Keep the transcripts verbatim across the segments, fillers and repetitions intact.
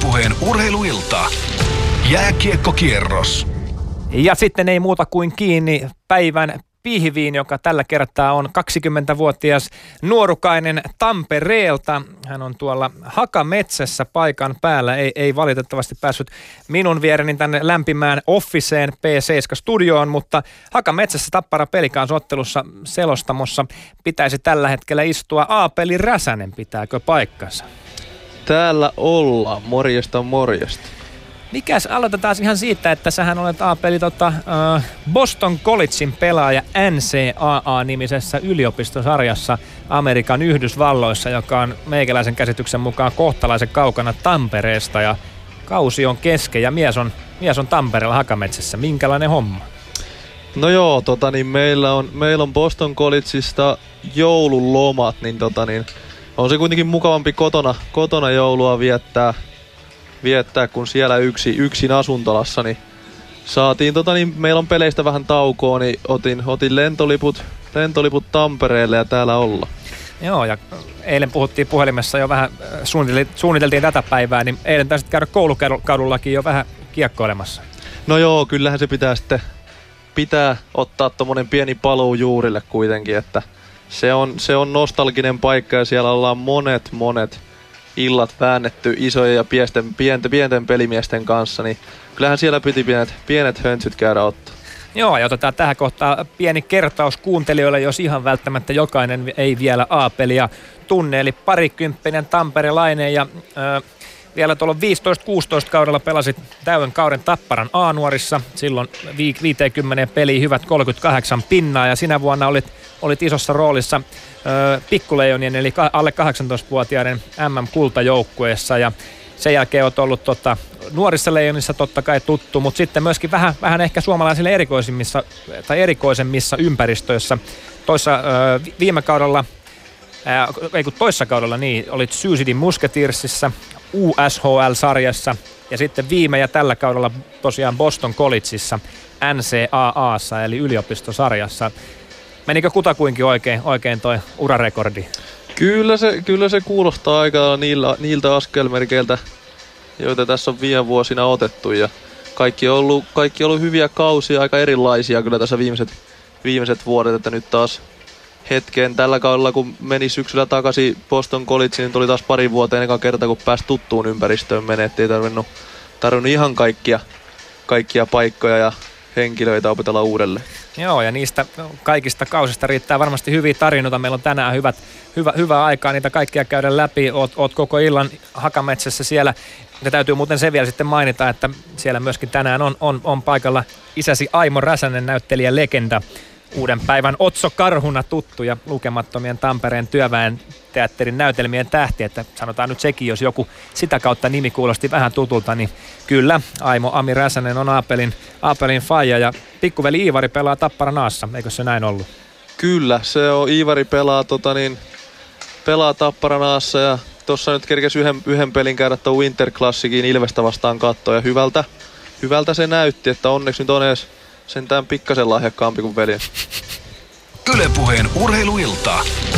Puheen urheiluilta. Jääkiekkokierros. Ja sitten ei muuta kuin kiinni päivän pihviin, joka tällä kertaa on kaksikymmentävuotias nuorukainen Tampereelta. Hän on tuolla Hakametsässä paikan päällä. Ei, ei valitettavasti päässyt minun viereni tänne lämpimään Officeen P seitsemän-studioon, mutta Hakametsässä Tappara Pelikansottelussa selostamossa pitäisi tällä hetkellä istua Aapeli Räsänen. Pitääkö paikkansa? Täällä ollaan. Morjesta, morjesta. Mikäs, aloitetaan ihan siitä, että sähän olet Aapeli tota, uh, Boston Collegein pelaaja N C A A-nimisessä yliopistosarjassa Amerikan Yhdysvalloissa, joka on meikäläisen käsityksen mukaan kohtalaisen kaukana Tampereesta, ja kausi on kesken ja mies on, mies on Tampereella Hakametsässä. Minkälainen homma? No joo, tota niin, meillä on, meillä on Boston Collegeista joululomat, niin, tota niin on se kuitenkin mukavampi kotona, kotona joulua viettää. viettää, kun siellä yksi, yksin asuntolassa, niin saatiin, tota, niin meillä on peleistä vähän taukoa, niin otin, otin lentoliput, lentoliput Tampereelle ja täällä olla. Joo, ja eilen puhuttiin puhelimessa jo vähän, suunniteltiin, suunniteltiin tätä päivää, niin eilen taisit käydä koulukaudullakin jo vähän kiekkoilemassa. No joo, kyllähän se pitää sitten, pitää ottaa tommonen pieni paluu juurille kuitenkin, että se on, se on nostalginen paikka ja siellä ollaan monet, monet illat väännetty isojen ja pienten, pienten, pienten pelimiesten kanssa, niin kyllähän siellä piti pienet, pienet höntsyt käydä ottaa. Joo, ja otetaan tähän kohtaan pieni kertaus kuuntelijoille, jos ihan välttämättä jokainen ei vielä Aapelia tunne. Eli parikymppinen tamperelainen ja äh, vielä tuolla viisitoista kuusitoista kaudella pelasit täyden kauden Tapparan A-nuorissa. Silloin viisikymmentä peliä, hyvät kolmekymmentäkahdeksan pinnaa, ja sinä vuonna olit, olit isossa roolissa Pikkuleijonien eli alle kahdeksantoistavuotiaiden M M-kultajoukkueessa, ja sen jälkeen olet ollut tota, nuorissa leijonissa totta kai tuttu, mutta sitten myöskin vähän, vähän ehkä suomalaisille erikoisimmissa tai erikoisemmissa ympäristöissä. Toissa ö, viime kaudella, ää, ei kun toissa kaudella niin, olit Sioux City Musketeersissa, U S H L-sarjassa, ja sitten viime ja tällä kaudella tosiaan Boston Collegeissa N C A A:ssa eli yliopistosarjassa. Menikö kutakuinkin oikein, oikein toi urarekordi? Kyllä se, kyllä se kuulostaa aika niillä, niiltä askelmerkeiltä, joita tässä on viime vuosina otettu. Ja kaikki on ollut, kaikki on ollut hyviä kausia, aika erilaisia kyllä tässä viimeiset, viimeiset vuodet. Että nyt taas hetkeen tällä kaudella, kun meni syksyllä takaisin Boston Collegeen, niin tuli taas pari vuoteen eka kerta, kun pääsi tuttuun ympäristöön menee. Ettei tarvinnut, tarvinnut ihan kaikkia, kaikkia paikkoja ja henkilöitä opetella uudelleen. Joo, ja niistä kaikista kausista riittää varmasti hyviä tarinoita. Meillä on tänään hyvät, hyvä, hyvä aikaa niitä kaikkia käydä läpi. Oot, oot koko illan Hakametsässä siellä. Ja täytyy muuten se vielä sitten mainita, että siellä myöskin tänään on, on, on paikalla isäsi Aimo Räsänen, näyttelijä legenda. Uuden päivän Otso Karhuna tuttu ja lukemattomien Tampereen työväen teatterin näytelmien tähti, että sanotaan nyt sekin, jos joku sitä kautta nimi kuulosti vähän tutulta, niin kyllä, Aimo Ami Räsänen on Aapelin, Aapelin faija, ja pikkuveli Iivari pelaa Tapparan A:ssa, eikö se näin ollut? Kyllä, se on, Iivari pelaa, tota niin, pelaa Tapparan A:ssa, ja tuossa nyt kerkesi yhden, yhden pelin käydä tuon Winter Classicin Ilvestä vastaan kattoon, ja hyvältä, hyvältä se näytti, että onneksi nyt on edes sentään pikkasen lahjakkaampi kuin veli. Yle Puheen urheiluilta.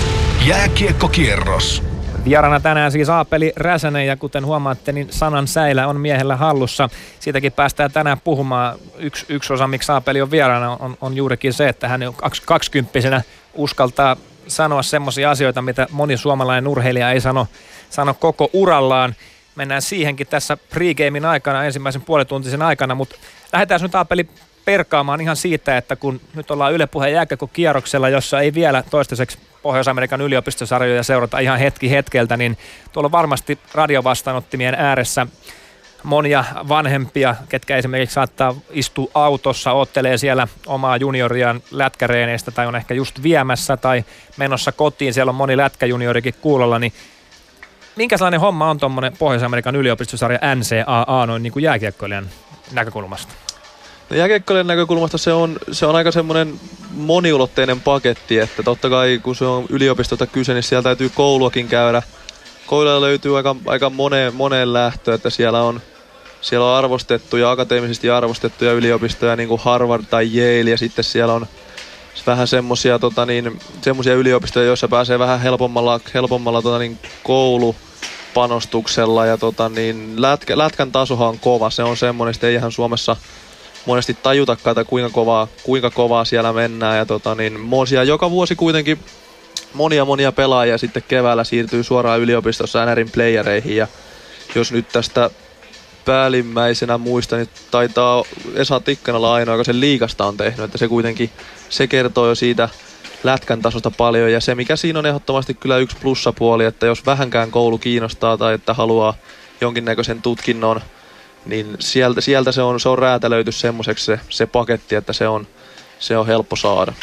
Jääkiekkokierros. Vieraana tänään siis Aapeli Räsänen, ja kuten huomaatte, niin sanan säilä on miehellä hallussa. Siitäkin päästään tänään puhumaan. Yksi, yksi osa, miksi Aapeli on vieraana, on, on juurikin se, että hän kaksikymppisenä uskaltaa sanoa semmoisia asioita, mitä moni suomalainen urheilija ei sano, sano koko urallaan. Mennään siihenkin tässä pregamein aikana, ensimmäisen puolituntisen aikana, mutta lähdetään nyt Aapeli perkaamaan ihan siitä, että kun nyt ollaan Yle Puheen jääkiekkokierroksella, jossa ei vielä toistaiseksi Pohjois-Amerikan yliopistosarjoja seurata ihan hetki hetkeltä, niin tuolla on varmasti radiovastaanottimien ääressä monia vanhempia, ketkä esimerkiksi saattaa istua autossa, oottelee siellä omaa junioriaan lätkäreeneistä tai on ehkä just viemässä tai menossa kotiin, siellä on moni lätkäjuniorikin kuulolla, niin minkälainen homma on tuommoinen Pohjois-Amerikan yliopistosarja N C A A noin niin kuin jääkiekkoilijan näkökulmasta? No jääkiekkoilijan näkökulmasta se on, se on aika semmoinen moniulotteinen paketti, että totta kai kun se on yliopistolta kyse, niin siellä täytyy kouluakin käydä. Kouluilla löytyy aika, aika moneen, moneen lähtö, että siellä on, siellä on arvostettuja, akateemisesti arvostettuja yliopistoja, niin kuin Harvard tai Yale, ja sitten siellä on vähän semmosia, tota niin, semmosia yliopistoja, joissa pääsee vähän helpommalla, helpommalla tota niin, koulu, panostuksella ja tota, niin, lätkä, lätkän tasohan on kova. Se on semmoinen, että ei ihan Suomessa monesti tajutakaan, että kuinka kovaa, kuinka kovaa siellä mennään. Ja tota, niin, joka vuosi kuitenkin monia monia pelaajia sitten keväällä siirtyy suoraan yliopistossa N R:n playereihin. Ja jos nyt tästä päällimmäisenä muistan, niin taitaa Esa Tikkanala ainoa, joka sen liigasta on tehnyt. Että se kuitenkin, se kertoo jo siitä lätkän tasosta paljon. Ja se mikä siinä on ehdottomasti kyllä yksi plussapuoli, että jos vähänkään koulu kiinnostaa tai että haluaa jonkinnäköisen tutkinnon, niin sieltä, sieltä se on, se on räätälöity semmoiseksi se, se paketti, että se on, se on helppo saada.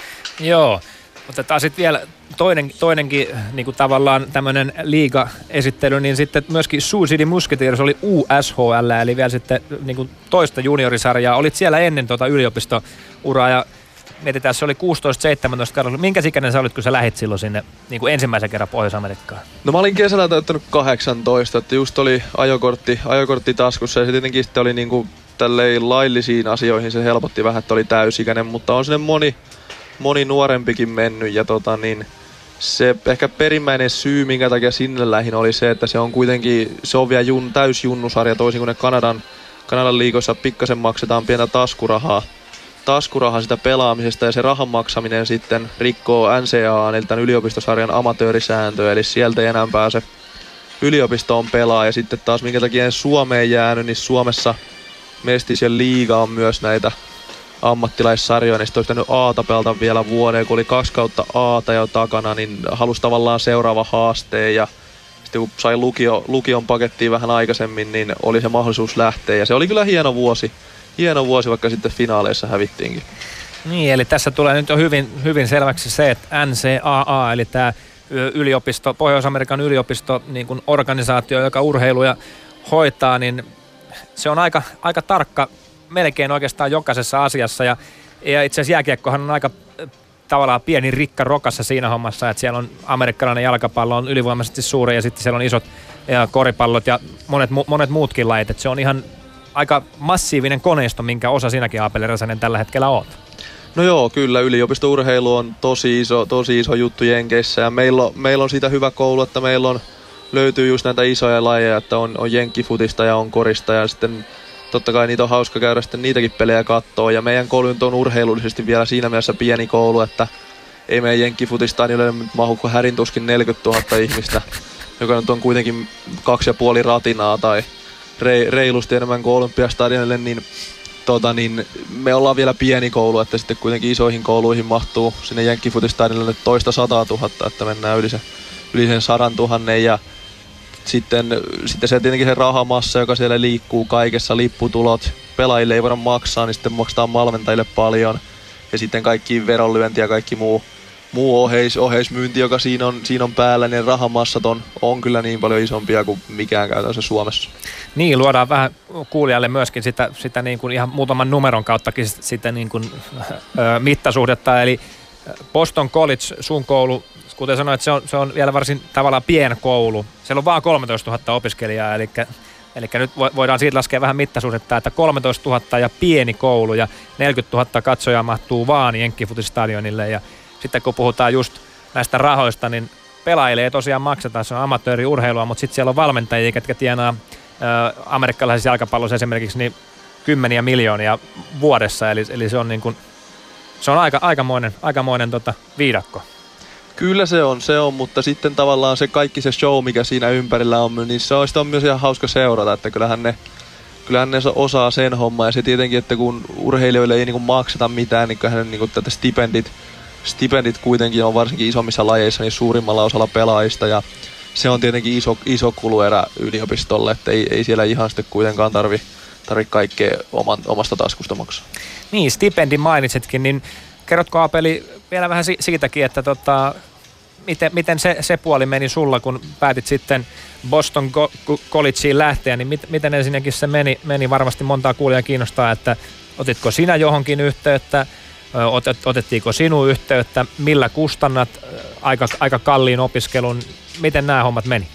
Joo, otetaan sitten vielä toinen, toinenkin niin kuin tavallaan tämmöinen liiga-esittely, niin sitten myöskin Sioux City Musketeers oli U S H L, eli vielä sitten niin kuin toista juniorisarjaa. Olit siellä ennen tuota yliopistouraa ja mietitään, se oli kuusitoista seitsemäntoista kaudella. Minkä ikäinen sä olit, kun sä lähit silloin sinne niin kuin ensimmäisen kerran Pohjois-Amerikkaan? No mä olin kesällä täyttänyt kahdeksantoista, että just oli ajokortti, ajokortti taskussa ja se tietenkin sitten oli niin kuin tälleen laillisiin asioihin se helpotti vähän, että oli täysikäinen, mutta on sinne moni, moni nuorempikin mennyt ja tota niin, se ehkä perimmäinen syy, minkä takia sinne lähin oli se, että se on kuitenkin, se on vielä jun, täysjunnusarja toisin kuin ne Kanadan, Kanadan liigoissa pikkasen maksetaan pientä taskurahaa. taskuraha sitä pelaamisesta ja se rahan maksaminen sitten rikkoo N C A A, eli tämän yliopistosarjan amatöörisääntöä, eli sieltä ei enää pääse yliopistoon pelaa. Ja sitten taas minkä takia en Suomeen jäänyt, niin Suomessa Mestisen liiga on myös näitä ammattilaissarjoja, niin sitten olisi pitänyt Aata pelata vielä vuoden, kun oli kaksi kautta Aata jo takana, niin halusi tavallaan seuraava haasteen ja sitten kun sai lukio, lukion pakettiin vähän aikaisemmin, niin oli se mahdollisuus lähteä ja se oli kyllä hieno vuosi. Hieno vuosi, vaikka sitten finaaleissa hävittiinkin. Niin, eli tässä tulee nyt jo hyvin, hyvin selväksi se, että N C A A, eli tämä yliopisto, Pohjois-Amerikan yliopisto, niin kuin organisaatio, joka urheiluja hoitaa, niin se on aika, aika tarkka melkein oikeastaan jokaisessa asiassa. Ja, ja itse asiassa jääkiekkohan on aika tavallaan pieni rikka rokassa siinä hommassa, että siellä on amerikkalainen jalkapallo on ylivoimaisesti suuri ja sitten siellä on isot ja koripallot ja monet, monet muutkin lajit, että se on ihan aika massiivinen koneisto, minkä osa sinäkin, Aapeli Räsänen, tällä hetkellä oot. No joo, kyllä. Yliopistourheilu on tosi iso, tosi iso juttu Jenkeissä ja meillä on, meillä on siitä hyvä koulu, että meillä on, löytyy just näitä isoja lajeja, että on, on jenkkifutista ja on korista ja sitten totta kai niitä on hauska käydä sitten niitäkin pelejä kattoo ja meidän koulu on urheilullisesti vielä siinä mielessä pieni koulu, että ei meidän jenkkifutistadionille mahu kuin härintuskin neljäkymmentätuhatta ihmistä, joka nyt on kuitenkin kaksi ja puoli ratinaa tai reilusti enemmän kuin Olympiastadionille, niin, tota, niin me ollaan vielä pieni koulu, että sitten kuitenkin isoihin kouluihin mahtuu sinne jenkkifutistadionille toista sataa tuhatta, että mennään yli, se, yli sen sadan tuhannen ja sitten, sitten se tietenkin se rahamassa, joka siellä liikkuu kaikessa, lipputulot, pelaajille ei voida maksaa, niin sitten maksetaan valmentajille paljon ja sitten kaikki veronlyönti ja kaikki muu Muu oheis, oheismyynti, joka siinä on, siinä on päällä, niin rahamassat on, on kyllä niin paljon isompia kuin mikään käytännössä Suomessa. Niin, luodaan vähän kuulijalle myöskin sitä, sitä niin kuin ihan muutaman numeron kauttakin sitä niin kuin, ö, mittasuhdetta. Eli Boston College, sun koulu, kuten sanoit, se on, se on vielä varsin tavallaan pienkoulu. Siellä on vaan kolmetoistatuhatta opiskelijaa, eli, eli nyt voidaan siitä laskea vähän mittasuhdetta, että kolmetoistatuhatta ja pieni koulu ja neljäkymmentätuhatta katsojaa mahtuu vaan jenkkifutistadionille ja sitten kun puhutaan just näistä rahoista, niin pelaajille ei tosiaan makseta, se on amatööriurheilua, mutta sitten siellä on valmentajia, jotka tienaa ä, amerikkalaisessa jalkapallossa esimerkiksi niin kymmeniä miljoonia vuodessa, eli, eli se on, niin kuin, se on aika, aikamoinen, aikamoinen tota, viidakko. Kyllä se on, se on, mutta sitten tavallaan se kaikki se show, mikä siinä ympärillä on, niin se on, on myös ihan hauska seurata, että kyllähän ne, kyllähän ne osaa sen homman ja se tietenkin, että kun urheilijoille ei niin kuin makseta mitään, niin kyllähän niin kuin tätä stipendit Stipendit kuitenkin on varsinkin isommissa lajeissa niin suurimmalla osalla pelaajista ja se on tietenkin iso, iso kuluerä yliopistolle, että ei, ei siellä ihan sitten kuitenkaan tarvi, tarvi kaikkea oman, omasta taskusta maksaa. Niin, stipendin mainitsetkin, niin kerrotko Aapeli vielä vähän si- siitäkin, että tota, miten, miten se, se puoli meni sulla, kun päätit sitten Boston Go- Collegeen lähteä, niin mit, miten ensinnäkin se meni, meni varmasti montaa kuulijaa kiinnostaa, että otitko sinä johonkin yhteyttä, Otet, otettiinko sinun yhteyttä, millä kustannat aika, aika kalliin opiskelun, miten nämä hommat meni?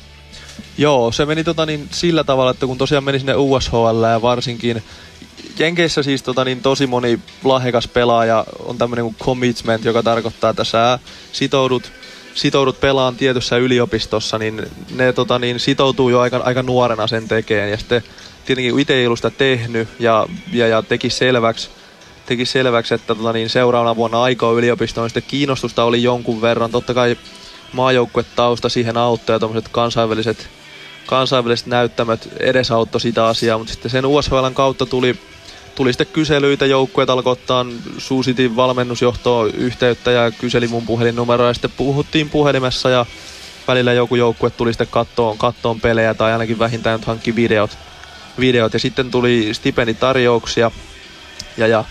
Joo, se meni tota niin, sillä tavalla, että kun tosiaan meni sinne U S H L ja varsinkin Jenkeissä siis tota niin, tosi moni lahjakas pelaaja on tämmöinen kuin commitment, joka tarkoittaa, että sä sitoudut, sitoudut pelaamaan tietyssä yliopistossa, niin ne tota, niin sitoutuu jo aika, aika nuorena sen tekeen. Ja sitten tietenkin kun itse ei ollut sitä tehnyt ja, ja, ja teki selväksi, teki selväksi että tota, niin seuraavana vuonna aikoo yliopistoon, niin sitten kiinnostusta oli jonkun verran. Totta kai maajoukkuetausta siihen auttoi ja tuommoiset kansainväliset, kansainväliset näyttämöt edesauttoi sitä asiaa, mutta sitten sen U S H L:n kautta tuli Tuli sitten kyselyitä, joukkueet alkoi ottaa Sioux Cityn valmennusjohtoon yhteyttä ja kyseli mun puhelinnumeroa ja sitten puhuttiin puhelimessa ja välillä joku joukkue tuli sitten kattoon, kattoon pelejä tai ainakin vähintään hankki videot, videot ja sitten tuli stipenditarjouksia ja, ja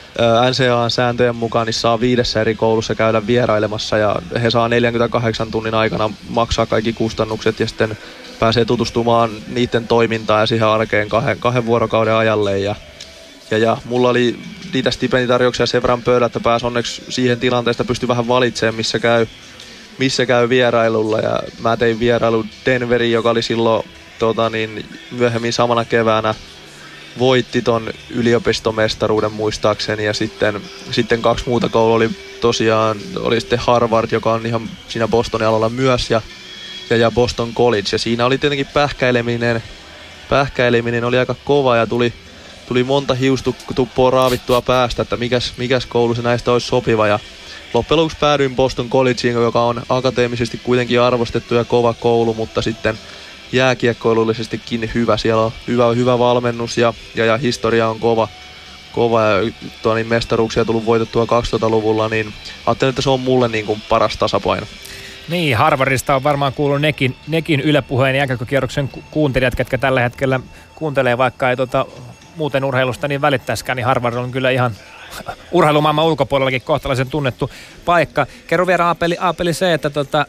N C A A-sääntöjen mukaan niin saa viidessä eri koulussa käydä vierailemassa ja he saa neljänkymmenenkahdeksan tunnin aikana maksaa kaikki kustannukset ja sitten pääsee tutustumaan niiden toimintaan ja siihen arkeen kahden, kahden vuorokauden ajalle ja Ja, ja mulla oli niitä stipenditarjouksia sen verran pöydällä, että pääsi onneksi siihen tilanteesta pystyi vähän valitsemaan, missä käy, missä käy vierailulla. Ja mä tein vierailu Denveriin, joka oli silloin tota niin, myöhemmin samana keväänä voitti ton yliopistomestaruuden muistaakseni. Ja sitten, sitten kaksi muuta koulua oli tosiaan, oli sitten Harvard, joka on ihan siinä Bostonin alalla myös, ja, ja, ja Boston College. Ja siinä oli tietenkin pähkäileminen, pähkäileminen oli aika kova ja tuli Tuli monta hiustuppoa raavittua päästä, että mikäs, mikäs koulu se näistä olisi sopiva. Ja loppujen lopuksi päädyin Boston Collegeen, joka on akateemisesti kuitenkin arvostettu ja kova koulu, mutta sitten jääkiekkoilullisestikin hyvä. Siellä on hyvä, hyvä valmennus ja, ja, ja historia on kova. kova ja tuo, niin mestaruuksia tullut voitettua kaksituhattaluvulla, niin ajattelin, että se on mulle niin kuin paras tasapaino. Niin, Harvardista on varmaan kuullut nekin, nekin Yle Puheen jääkiekkokierroksen ku- kuuntelijat, ketkä tällä hetkellä kuuntelee, vaikka ei tota muuten urheilusta niin välittäisikään, niin Harvard on kyllä ihan urheilumaailman ulkopuolellakin kohtalaisen tunnettu paikka. Kerro vielä Aapeli, Aapeli se, että tota,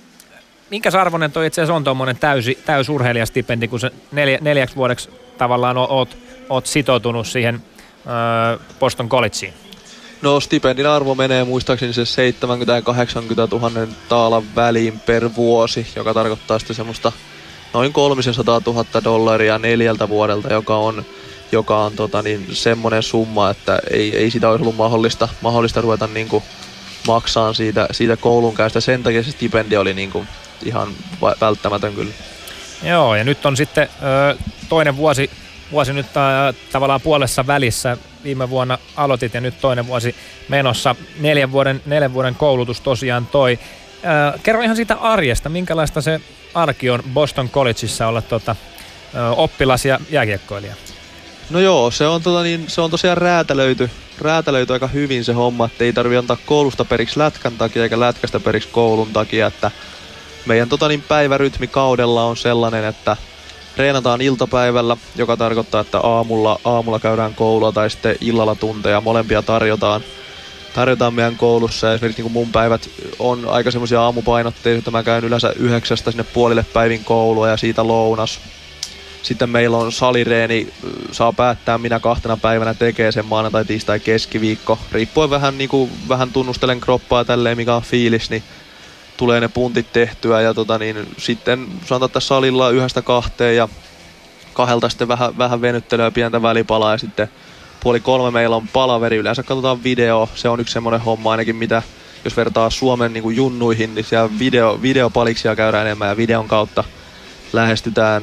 minkäs arvoinen toi itse asiassa on tuommoinen täysi, täysurheilijastipendi, kun se neljä, neljäksi vuodeksi tavallaan oot, oot sitoutunut siihen öö, Boston Collegeen? No stipendin arvo menee muistaakseni se seitsemänkymmentä kahdeksankymmentä tuhatta taalan väliin per vuosi, joka tarkoittaa sitten semmoista noin kolmesataatuhatta dollaria neljältä vuodelta, joka on joka on tota, niin, semmoinen summa, että ei, ei sitä olisi ollut mahdollista, mahdollista ruveta niin kuin, maksaa siitä, siitä koulunkäystä. Sen takia se stipendi oli niin kuin, ihan välttämätön kyllä. Joo, ja nyt on sitten ö, toinen vuosi, vuosi nyt ö, tavallaan puolessa välissä. Viime vuonna aloitit ja nyt toinen vuosi menossa. Neljän vuoden, neljän vuoden koulutus tosiaan toi. Ö, kerro ihan siitä arjesta, minkälaista se arki on Boston Collegeissa olla tota, ö, oppilas ja jääkiekkoilija? No joo, se on, tota niin, se on tosiaan räätälöity, räätälöity aika hyvin se homma, että ei tarvitse antaa koulusta periksi lätkän takia eikä lätkästä periksi koulun takia, että meidän tota niin, päivärytmi kaudella on sellainen, että treenataan iltapäivällä, joka tarkoittaa, että aamulla, aamulla käydään koulua tai sitten illalla tunteja, molempia tarjotaan, tarjotaan meidän koulussa ja esimerkiksi niin kuin mun päivät on aika semmoisia aamupainotteisia, että mä käyn yleensä yhdeksästä sinne puolille päivin koulua ja siitä lounas. Sitten meillä on salireeni, saa päättää minä kahtena päivänä tekee sen maanantai, tiistai, keskiviikko. Riippuen vähän, niin kuin, vähän tunnustelen kroppaa tälleen, mikä on fiilis, niin tulee ne puntit tehtyä. Ja tota, niin, sitten sanotaan, että salilla yhdestä kahteen ja kahdelta sitten vähän, vähän venyttelyä, pientä välipalaa ja sitten puoli kolme meillä on palaveri. Yleensä katsotaan video, se on yksi semmoinen homma ainakin, mitä jos vertaa Suomen niin kuin junnuihin, niin siellä video, videopaliksia käydään enemmän ja videon kautta lähestytään,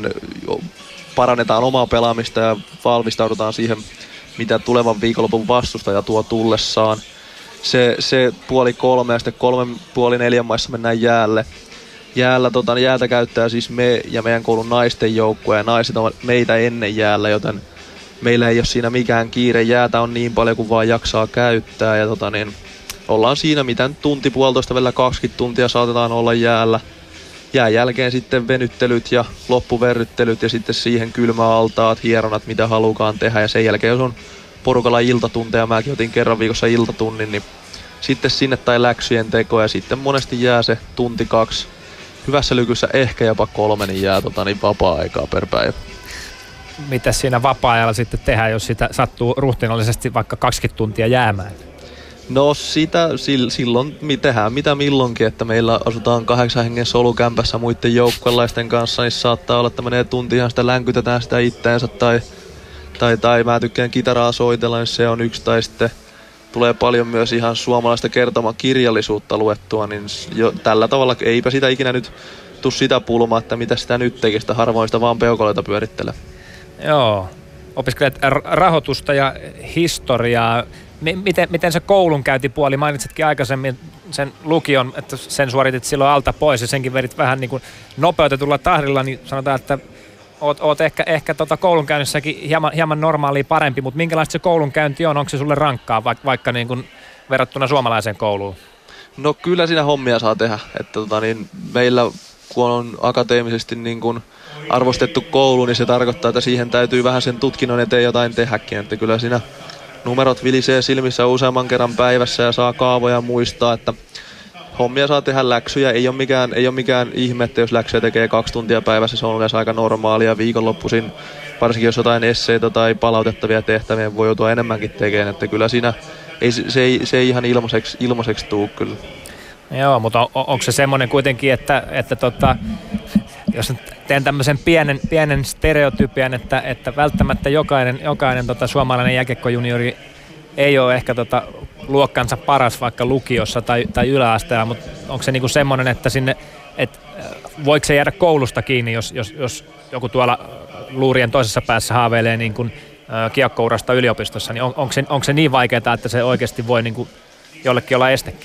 parannetaan omaa pelaamista ja valmistaudutaan siihen, mitä tulevan viikonlopun vastustaja tuo tullessaan. Se, se puoli kolme ja sitten kolme puoli neljän maissa mennään jäälle. Jäällä, tota, jäältä käyttää siis me ja meidän koulun naisten joukkue ja naiset on meitä ennen jäällä, joten meillä ei ole siinä mikään kiire. Jäätä on niin paljon kuin vaan jaksaa käyttää ja tota, niin, ollaan siinä mitä tunti puolitoista välillä kaksikymmentä tuntia saatetaan olla jäällä. Jään jälkeen sitten venyttelyt ja loppuverryttelyt ja sitten siihen kylmäaltaat, hieronat, mitä halukaan tehdä. Ja sen jälkeen, jos on porukalla iltatunteja, mäkin otin kerran viikossa iltatunnin, niin sitten sinne tai läksyjen teko. Ja sitten monesti jää se tunti kaksi. Hyvässä lykyssä ehkä jopa kolme, niin jää tota, niin vapaa-aikaa per päivä. Mitä siinä vapaa-ajalla sitten tehdään, jos sitä sattuu ruhtinollisesti vaikka kaksikymmentä tuntia jäämään? No sitä silloin me tehdään mitä milloinkin, että meillä asutaan kahdeksan hengen solukämpässä muiden joukkuelaisten kanssa, niin saattaa olla, että menee tunti ihan sitä länkytetään sitä itteensä tai, tai, tai mä tykkään kitaraa soitella, niin se on yksi, tai sitten tulee paljon myös ihan suomalaista kertomaa kirjallisuutta luettua, niin jo tällä tavalla eipä sitä ikinä nyt tuu sitä pulmaa, että mitä sitä nyt tekee, sitä harvoin sitä vaan peukoleita pyörittelee. Joo, opiskelet rahoitusta ja historiaa. Miten, miten se koulunkäyntipuoli, mainitsitkin aikaisemmin sen lukion, että sen suoritit silloin alta pois ja senkin vedit vähän niin kuin nopeutetulla tahdilla, niin sanotaan, että oot, oot ehkä, ehkä tota koulunkäynnissäkin hieman, hieman normaalia parempi, mutta minkälaista se koulunkäynti on? Onko se sulle rankkaa vaikka, vaikka niin kuin verrattuna suomalaiseen kouluun? No kyllä siinä hommia saa tehdä, että tota niin, meillä kun on akateemisesti niin kuin arvostettu koulu, niin se tarkoittaa, että siihen täytyy vähän sen tutkinnon eteen jotain tehdäkin, että kyllä siinä numerot vilisee silmissä useamman kerran päivässä ja saa kaavoja muistaa, että hommia saa tehdä, läksyjä. Ei ole mikään, ei ole mikään ihme, että jos läksyjä tekee kaksi tuntia päivässä, se on yleensä aika normaalia. Viikonloppuisin, varsinkin jos jotain esseitä tai palautettavia tehtäviä, voi joutua enemmänkin tekemään. Että kyllä siinä ei, se, ei, se ei ihan ilmaiseksi, ilmaiseksi tuu kyllä. Joo, mutta on, onko se semmoinen kuitenkin, että, että tota, jos teen tämmöisen pienen, pienen stereotypian, että, että välttämättä jokainen, jokainen tota suomalainen jääkiekkojuniori ei ole ehkä tota luokkansa paras vaikka lukiossa tai, tai yläasteella, mutta onko se niinku semmoinen, että sinne, et, voiko se jäädä koulusta kiinni, jos, jos, jos joku tuolla luurien toisessa päässä haaveilee niin kuin, äh, kiekkourasta yliopistossa, niin on, onko, se, onko se niin vaikeaa, että se oikeasti voi niin kuin jollekin olla estekin?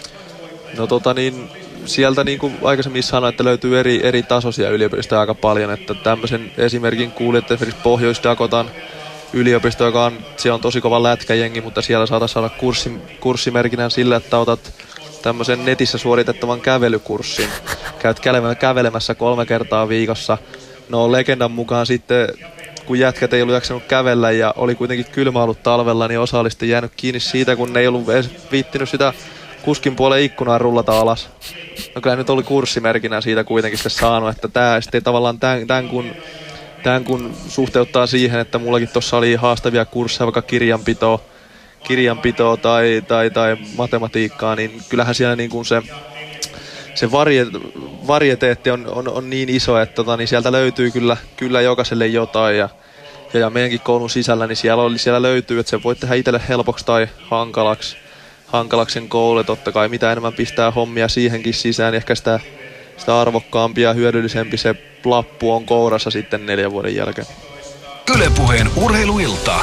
No tota niin, sieltä niin kuin aikaisemmin sanoin, että löytyy eri, eri tasoisia yliopistoja aika paljon, että tämmöisen esimerkin kuulin, että esimerkiksi Pohjois-Dakotan yliopisto, joka on, siellä on tosi kova lätkäjengi, mutta siellä saataisiin saada kurssi, kurssimerkinnän sillä, että otat tämmöisen netissä suoritettavan kävelykurssin. Käyt kävelemässä kolme kertaa viikossa. No legendan mukaan sitten, kun jätkät ei ollut jaksanut kävellä ja oli kuitenkin kylmä ollut talvella, niin osa oli sitten jäänyt kiinni siitä, kun ne ei ollut edes viittinyt sitä kuskin puolen ikkunaa rullata alas. No kyllä nyt oli kurssimerkinnän siitä kuitenkin sitten saanut, että tää sitten tavallaan tämän, tämän kun Tämän kun suhteuttaa siihen, että mullakin tuossa oli haastavia kursseja, vaikka kirjanpitoa, kirjanpitoa tai, tai, tai matematiikkaa, niin kyllähän siellä niin kuin se, se varie, varieteetti on, on, on niin iso, että tota, niin sieltä löytyy kyllä, kyllä jokaiselle jotain. Ja, ja, ja meidänkin koulun sisällä, niin siellä, oli, siellä löytyy, että se voi tehdä itselle helpoksi tai hankalaksi, hankalaksi sen koulu. Totta kai mitä enemmän pistää hommia siihenkin sisään, niin ehkä sitä, sitä arvokkaampi ja hyödyllisempi se lappu on kourassa sitten neljän vuoden jälkeen. Yle Puheen urheiluilta.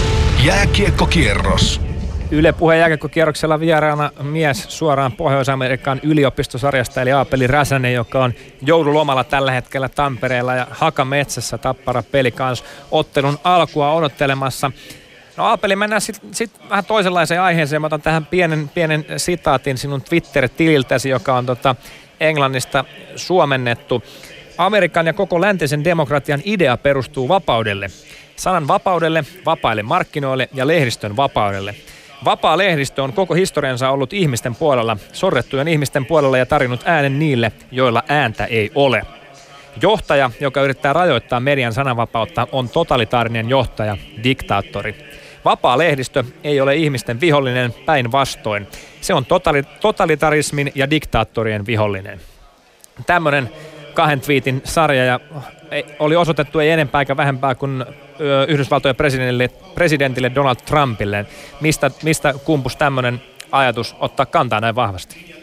Jääkiekkokierros. Yle Puheen jääkiekkokierroksella vieraana mies suoraan Pohjois-Amerikan yliopistosarjasta, eli Aapeli Räsänen, joka on joululomalla tällä hetkellä Tampereella ja Hakametsässä Tappara Pelicans ottelun alkua odottelemassa. No Aapeli, mennään sitten sit vähän toisenlaiseen aiheeseen. Mä otan tähän pienen, pienen sitaatin sinun Twitter-tililtäsi, joka on tota Englannista suomennettu. Amerikan ja koko läntisen demokratian idea perustuu vapaudelle. Sanan vapaudelle, vapaille markkinoille ja lehdistön vapaudelle. Vapaa lehdistö on koko historiansa ollut ihmisten puolella, sorrettujen ihmisten puolella ja tarjonnut äänen niille, joilla ääntä ei ole. Johtaja, joka yrittää rajoittaa median sananvapautta, on totalitaarinen johtaja, diktaattori. Vapaa lehdistö ei ole ihmisten vihollinen, päinvastoin. Se on totali- totalitarismin ja diktaattorien vihollinen. Tämmöinen kahden twiitin sarja ja oli osoitettu ei enempää eikä vähempää kuin Yhdysvaltojen presidentille, presidentille Donald Trumpille. Mistä, mistä kumpus tämmöinen ajatus ottaa kantaa näin vahvasti?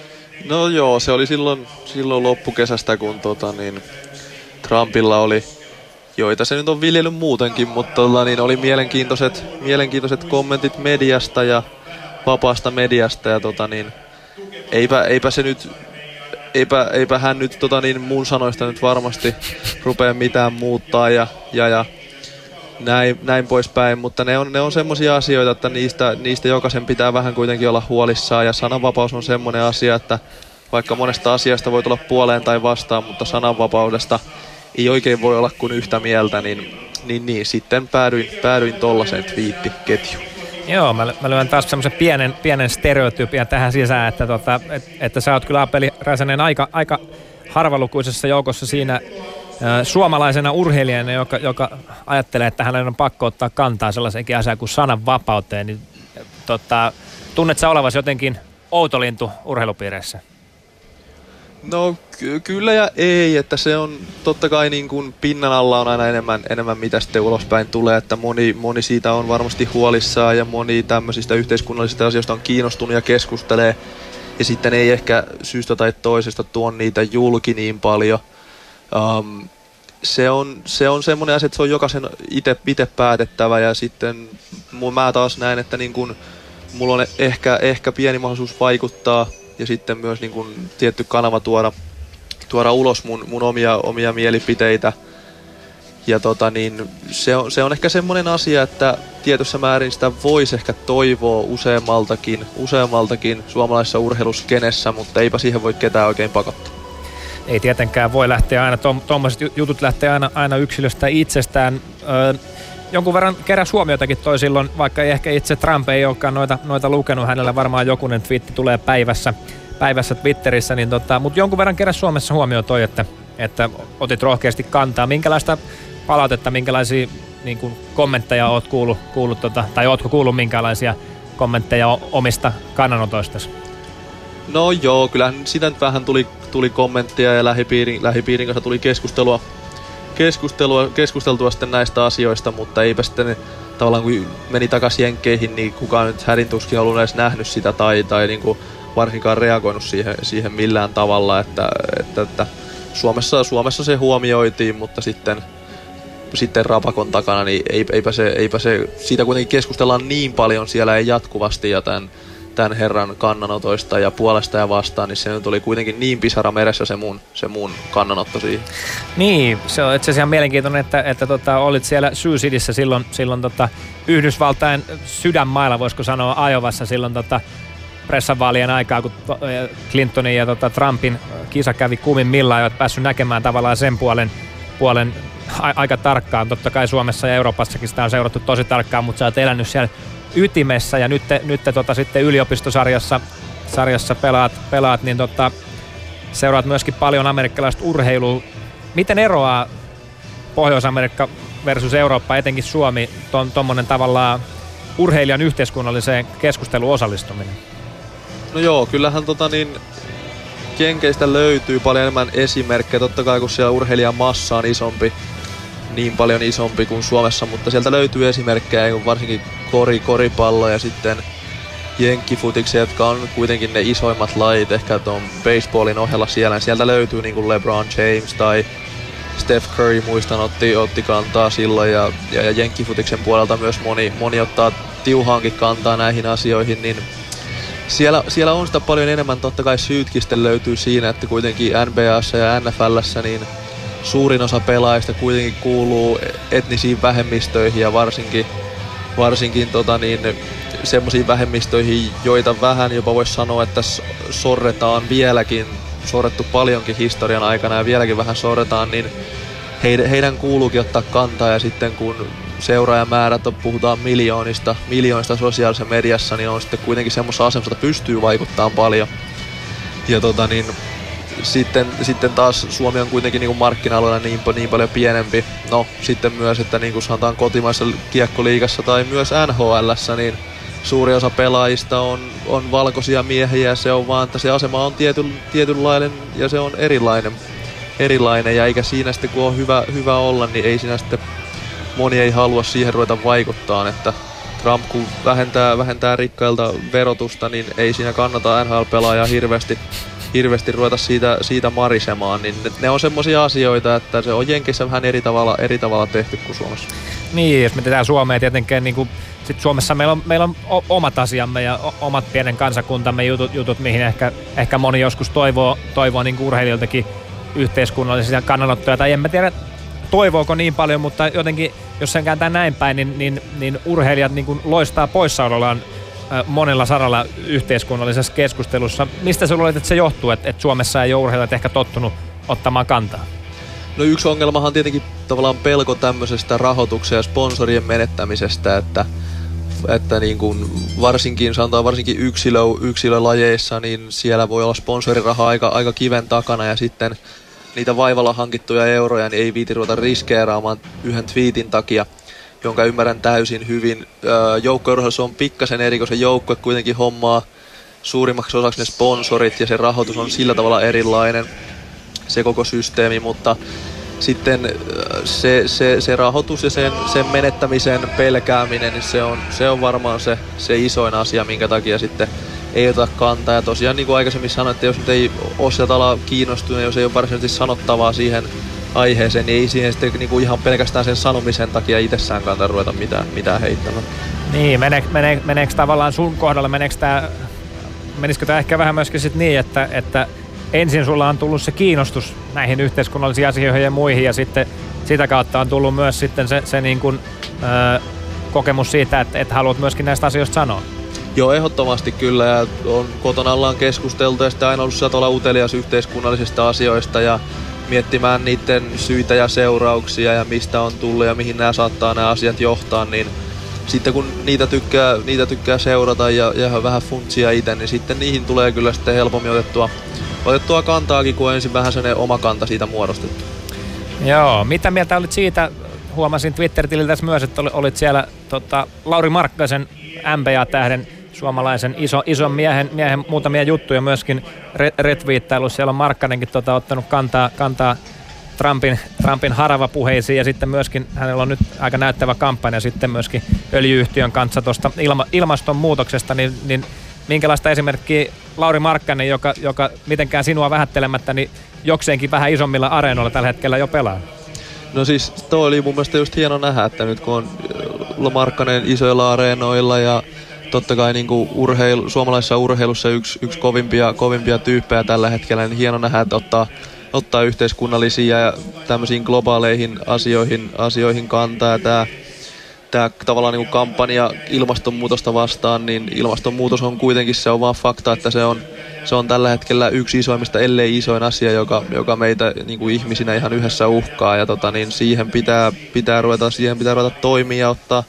No joo, se oli silloin, silloin loppukesästä, kun tota, niin, Trumpilla oli, joita se nyt on viljellyt muutenkin, mutta tota, niin, oli mielenkiintoiset, mielenkiintoiset kommentit mediasta ja vapaasta mediasta. Ja, tota, niin, eipä, eipä se nyt... Eipä, eipä hän nyt tota, niin mun sanoista nyt varmasti rupea mitään muuttaa ja, ja, ja näin, näin poispäin, mutta ne on, ne on semmoisia asioita, että niistä, niistä jokaisen pitää vähän kuitenkin olla huolissaan ja sananvapaus on semmoinen asia, että vaikka monesta asiasta voi tulla puoleen tai vastaan, mutta sananvapaudesta ei oikein voi olla kuin yhtä mieltä, niin, niin, niin sitten päädyin, päädyin tollaiseen twiittiketjuun. Joo, mä, mä lyön taas semmoisen pienen, pienen stereotypian tähän sisään, että, tota, et, että sä oot kyllä Aapeli Räsänen aika, aika harvalukuisessa joukossa siinä ä, suomalaisena urheilijana, joka, joka ajattelee, että hänen on pakko ottaa kantaa sellaisenkin asiaan kuin sananvapauteen. Niin, tota, tunnet sä olevasi jotenkin outolintu urheilupiireissä? No ky- kyllä ja ei, että se on totta kai niin kuin pinnan alla on aina enemmän, enemmän mitä sitten ulospäin tulee, että moni, moni siitä on varmasti huolissaan ja moni tämmöisistä yhteiskunnallisista asioista on kiinnostunut ja keskustelee ja sitten ei ehkä syystä tai toisesta tuo niitä julki niin paljon. Um, se on, se on semmoinen asia, että se on jokaisen itse päätettävä ja sitten mä taas näen, että niin kuin mulla on ehkä, ehkä pieni mahdollisuus vaikuttaa ja sitten myös niin kuin tietty kanava tuoda, tuoda ulos mun, mun omia, omia mielipiteitä. Ja tota niin, se on, se on ehkä semmoinen asia, että tietyssä määrin sitä voisi ehkä toivoa useammaltakin, useammaltakin suomalaisessa urheiluskenessä, mutta eipä siihen voi ketään oikein pakottaa. Ei tietenkään voi lähteä aina, tuommoiset jutut lähtee aina, aina yksilöstä itsestään. Öö, jonkun verran keräs huomiotakin toi silloin, vaikka ei ehkä itse Trump ei olekaan noita, noita lukenut, hänellä varmaan jokunen twiitti tulee päivässä, päivässä Twitterissä, niin tota, mutta jonkun verran keräs Suomessa huomioon toi, että, että otit rohkeasti kantaa. Minkälaista palautetta, minkälaisia niin kuin kommentteja oot kuullut, kuullut tota, tai ootko kuullut minkälaisia kommentteja omista kannanotoistasi? No joo, kyllähän siitä nyt vähän tuli, tuli kommenttia ja lähipiirin, lähipiirin kanssa tuli keskustelua, keskustelua, keskusteltua sitten näistä asioista, mutta eipä sitten tavallaan kun meni takaisin Jenkkeihin, niin kukaan nyt hädin tuskin ollut edes nähnyt sitä tai, tai niin kuin varsinkaan reagoinut siihen, siihen millään tavalla, että, että, että Suomessa, Suomessa se huomioitiin, mutta sitten, sitten rapakon takana, niin eipä se, eipä se, siitä kuitenkin keskustellaan niin paljon siellä ei jatkuvasti ja tämän, tämän herran kannanotoista ja puolesta ja vastaan, niin se nyt oli kuitenkin niin pisara meressä se mun, se mun kannanotto siihen. Niin, se on itse asiassa ihan mielenkiintoinen, että, että tota, olit siellä Sioux Cityssä silloin, silloin tota, Yhdysvaltain sydänmailla, voisiko sanoa Iowassa silloin tota, pressanvaalien aikaa, kun Clintonin ja tota, Trumpin kisa kävi kuumimmillaan, eivät päässyt näkemään tavallaan sen puolen, puolen a- aika tarkkaan. Totta kai Suomessa ja Euroopassakin sitä on seurattu tosi tarkkaan, mutta sä oot elänyt siellä ytimessä ja nyt, nyt tota, sitten yliopistosarjassa sarjassa pelaat, pelaat niin tota, seuraat myöskin paljon amerikkalaista urheilua. Miten eroaa Pohjois-Amerikka versus Eurooppa, etenkin Suomi, tuommoinen tavallaan urheilijan yhteiskunnalliseen keskusteluun osallistuminen? No joo, kyllähän tota niin, Jenkeistä löytyy paljon enemmän esimerkkejä. Totta kai kun siellä urheilijan massa on isompi, niin paljon isompi kuin Suomessa, mutta sieltä löytyy esimerkkejä, varsinkin kori, koripallo ja sitten jenkkifutiksi, jotka on kuitenkin ne isoimmat lajit, ehkä tuon baseballin ohella siellä. Sieltä löytyy niin kuin LeBron James tai Steph Curry, muistan, otti, otti kantaa silloin ja, ja, ja jenkkifutiksen puolelta myös moni, moni ottaa tiuhaankin kantaa näihin asioihin, niin siellä, siellä on sitä paljon enemmän. Totta kai syytkin sitten löytyy siinä, että kuitenkin N B A:ssa ja N F L:ssä niin suurin osa pelaajista kuitenkin kuuluu etnisiin vähemmistöihin ja varsinkin, varsinkin tota niin, semmoisiin vähemmistöihin, joita vähän jopa voisi sanoa, että sorretaan vieläkin, sorrettu paljonkin historian aikana ja vieläkin vähän sorretaan, niin heidän kuuluukin ottaa kantaa ja sitten kun seuraajamäärät on, puhutaan miljoonista, miljoonista sosiaalisessa mediassa, niin on sitten kuitenkin semmoisessa asemassa, että pystyy vaikuttamaan paljon. Ja tota niin, sitten, sitten taas Suomi on kuitenkin niin kuin markkina-alueella niin, niin paljon pienempi. No sitten myös, että niin kuin sanotaan kotimaisessa kiekkoliigassa tai myös N H L:ssä, niin suuri osa pelaajista on, on valkoisia miehiä ja se on vaan, että se asema on tietyn, tietynlainen ja se on erilainen. erilainen ja eikä siinä sitten kun on hyvä, hyvä olla, niin ei siinä sitten moni ei halua siihen ruveta vaikuttaa, että Trump kun vähentää, vähentää rikkailta verotusta, niin ei siinä kannata N H L-pelaajaa hirveästi, hirveästi ruveta siitä, siitä marisemaan, niin ne, ne on semmoisia asioita, että se on Jenkeissä vähän eri tavalla, eri tavalla tehty kuin Suomessa. Niin, jos mietitään Suomea tietenkin, niin kuin sit Suomessa meillä on, meillä on omat asiamme ja omat pienen kansakuntamme jutut, jutut mihin ehkä, ehkä moni joskus toivoo, toivoo niin urheilijoiltakin yhteiskunnallisia kannanottoja, tai en mä tiedä toivooko niin paljon, mutta jotenkin, jos sen kääntää näin päin, niin, niin, niin urheilijat niin kuin loistaa poissaolollaan monella saralla yhteiskunnallisessa keskustelussa. Mistä sä luulet, että se johtuu, että, että Suomessa ei ole urheilijat ehkä tottunut ottamaan kantaa? No yksi ongelmahan on tietenkin tavallaan pelko tämmöisestä rahoituksen ja sponsorien menettämisestä, että, että niin kuin varsinkin, sanotaan varsinkin yksilö, yksilölajeissa, niin siellä voi olla sponsoriraha aika, aika kiven takana ja sitten niitä vaivalla hankittuja euroja niin ei viiti ruveta riskeeraamaan yhden twiitin takia, jonka ymmärrän täysin hyvin. Joukkueurheilussa on pikkasen eri, kun se joukkue kuitenkin hommaa suurimmaksi osaksi ne sponsorit ja se rahoitus on sillä tavalla erilainen, se koko systeemi, mutta sitten se, se, se rahoitus ja sen, sen menettämisen pelkääminen, niin se on, se on varmaan se, se isoin asia, minkä takia sitten ei ota kantaa. Ja tosiaan niin kuin aikaisemmin sanoin, että jos nyt ei ole sieltä alaa kiinnostunut, jos ei ole varsinaisesti sanottavaa siihen aiheeseen, niin ei siihen sitten niin kuin ihan pelkästään sen sanomisen takia itsessään kannata ruveta mitään, mitään heittämään. Niin, mene, mene, meneekö tavallaan sun kohdalla, meneekö tää, menisikö tämä ehkä vähän myöskin sit niin, että, että ensin sulla on tullut se kiinnostus näihin yhteiskunnallisiin asioihin ja muihin, ja sitten sitä kautta on tullut myös sitten se, se niin kuin, ö, kokemus siitä, että, että haluat myöskin näistä asioista sanoa. Joo, ehdottomasti kyllä, ja on, kotona ollaan keskusteltu ja sitten aina ollut sieltä olla utelias yhteiskunnallisista asioista ja miettimään niiden syitä ja seurauksia ja mistä on tullut ja mihin nämä saattaa nämä asiat johtaa, niin sitten kun niitä tykkää, niitä tykkää seurata ja, ja vähän funtsia itse, niin sitten niihin tulee kyllä sitten helpommin otettua, otettua kantaakin, kun ensin vähän sen oma kanta siitä muodostettu. Joo, mitä mieltä olit siitä? Huomasin Twitter-tililtä myös, että olit siellä tota, Lauri Markkasen N B A-tähden suomalaisen iso, ison miehen, miehen muutamia juttuja myöskin retviittailussa. Siellä on Markkanenkin tota, ottanut kantaa, kantaa Trumpin, Trumpin haravapuheisiin ja sitten myöskin hänellä on nyt aika näyttävä kampanja sitten myöskin öljy-yhtiön kanssa tuosta ilma, ilmastonmuutoksesta, niin, niin minkälaista esimerkkiä Lauri Markkanen, joka, joka mitenkään sinua vähättelemättä, niin jokseenkin vähän isommilla areenoilla tällä hetkellä jo pelaa? No siis toi oli mun mielestä just hieno nähdä, että nyt kun on Markkanen isoilla areenoilla ja totta kai niin kuin urheilu, suomalaisessa urheilussa yksi, yksi kovimpia, kovimpia tyyppejä tällä hetkellä, niin hieno nähdä, että ottaa, ottaa yhteiskunnallisia ja tämmöisiin globaaleihin asioihin, asioihin kantaa. Ja tää, tää tavallaan niin kuin kampanja ilmastonmuutosta vastaan, niin ilmastonmuutos on kuitenkin, se on vaan fakta, että se on, se on tällä hetkellä yksi isoimmista, ellei isoin asia, joka, joka meitä niin kuin ihmisinä ihan yhdessä uhkaa. Ja tota, niin siihen pitää, pitää ruveta, siihen pitää ruveta toimia ja ottaa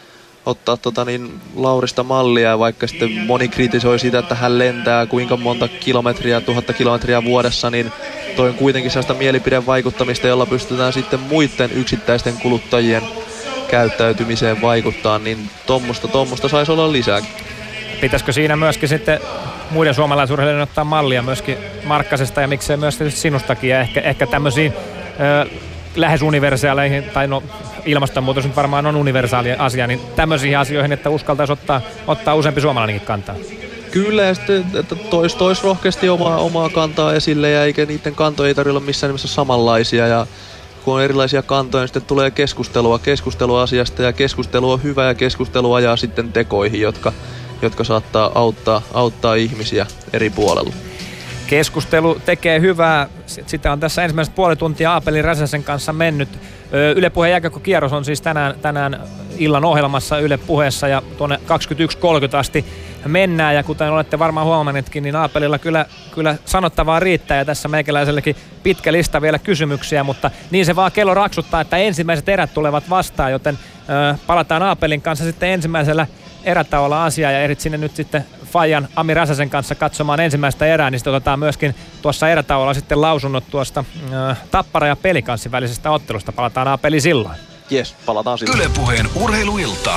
ottaa tota niin Laurista mallia, ja vaikka sitten moni kritisoi sitä, että hän lentää kuinka monta kilometriä, tuhatta kilometriä vuodessa, niin toi on kuitenkin sellaista mielipidevaikuttamista, jolla pystytään sitten muiden yksittäisten kuluttajien käyttäytymiseen vaikuttaa, niin tommosta, tommosta saisi olla lisääkin. Pitäisikö siinä myöskin sitten muiden suomalaisurheilijoiden ottaa mallia myöskin Markkasesta ja miksei myös sinustakin ja ehkä, ehkä tämmöisiin ö, lähes universaaleihin, tai no ilmastonmuutos nyt varmaan on universaali asia, niin tämmöisiin asioihin, että uskaltaisi ottaa, ottaa useampi suomalainenkin kantaa. Kyllä, ja sitten, että tois, tois rohkeasti omaa, omaa kantaa esille, ja eikä niiden kantoja ei tarvitse olla missään nimessä samanlaisia, ja kun on erilaisia kantoja, niin sitten tulee keskustelua, keskustelua asiasta, ja keskustelu on hyvä, ja keskustelu ajaa sitten tekoihin, jotka, jotka saattaa auttaa, auttaa ihmisiä eri puolella. Keskustelu tekee hyvää. Sitä on tässä ensimmäiset puoli tuntia Aapeli Räsäsen kanssa mennyt. Yle Puheen jääkiekkokierros on siis tänään, tänään illan ohjelmassa Yle Puheessa ja tuonne kaksikymmentäyksi kolmekymmentä asti mennään. Ja kuten olette varmaan huomannetkin, niin Aapelilla kyllä, kyllä sanottavaa riittää ja tässä meikäläiselläkin pitkä lista vielä kysymyksiä, mutta niin se vaan kello raksuttaa, että ensimmäiset erät tulevat vastaan, joten ö, palataan Aapelin kanssa sitten ensimmäisellä erätauolla asiaa ja erit sinne nyt sitten Fajan Ami Räsäsen kanssa katsomaan ensimmäistä erää, niin sitten otetaan myöskin tuossa erätauolla sitten lausunnot tuosta äh, Tappara ja Pelikanssin välisestä ottelusta. Palataan Aapeli silloin. Jes, palataan silloin. Yle Puheen urheiluilta.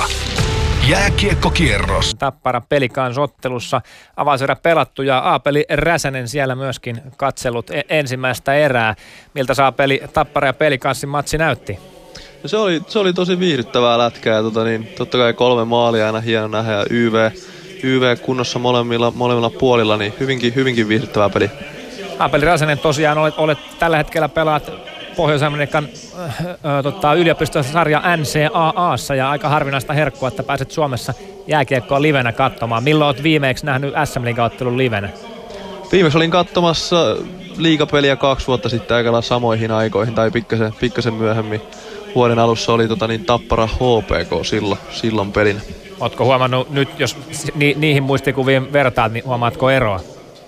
Jääkiekkokierros. Tappara Pelikans ottelussa avauserä pelattu ja Aapeli Räsänen siellä myöskin katsellut e- ensimmäistä erää. Miltä Aapeli Tappara ja Pelikanssin matsi näytti? No se, oli, se oli tosi viihdyttävää lätkää. Tota niin, totta kai kolme maalia aina hieno nähdä ja Y V. Y V kunnossa molemmilla, molemmilla puolilla, niin hyvinkin, hyvinkin viihdyttävää peli. Aapeli Räsänen tosiaan olet, olet tällä hetkellä pelaat Pohjois-Amerikan äh, äh, tota, yliopistosarja N C A A:ssa ja aika harvinaista herkkua, että pääset Suomessa jääkiekkoa livenä katsomaan. Milloin olet viimeksi nähnyt S M-liigaottelun livenä? Viimeksi olin katsomassa liigapeliä kaksi vuotta sitten aikana samoihin aikoihin tai pikkasen, pikkasen myöhemmin. Vuoden alussa oli tota, niin Tappara H P K silloin, silloin pelinä. Ootko huomannut nyt, jos ni, niihin muistikuviin vertaat, niin huomaatko eroa?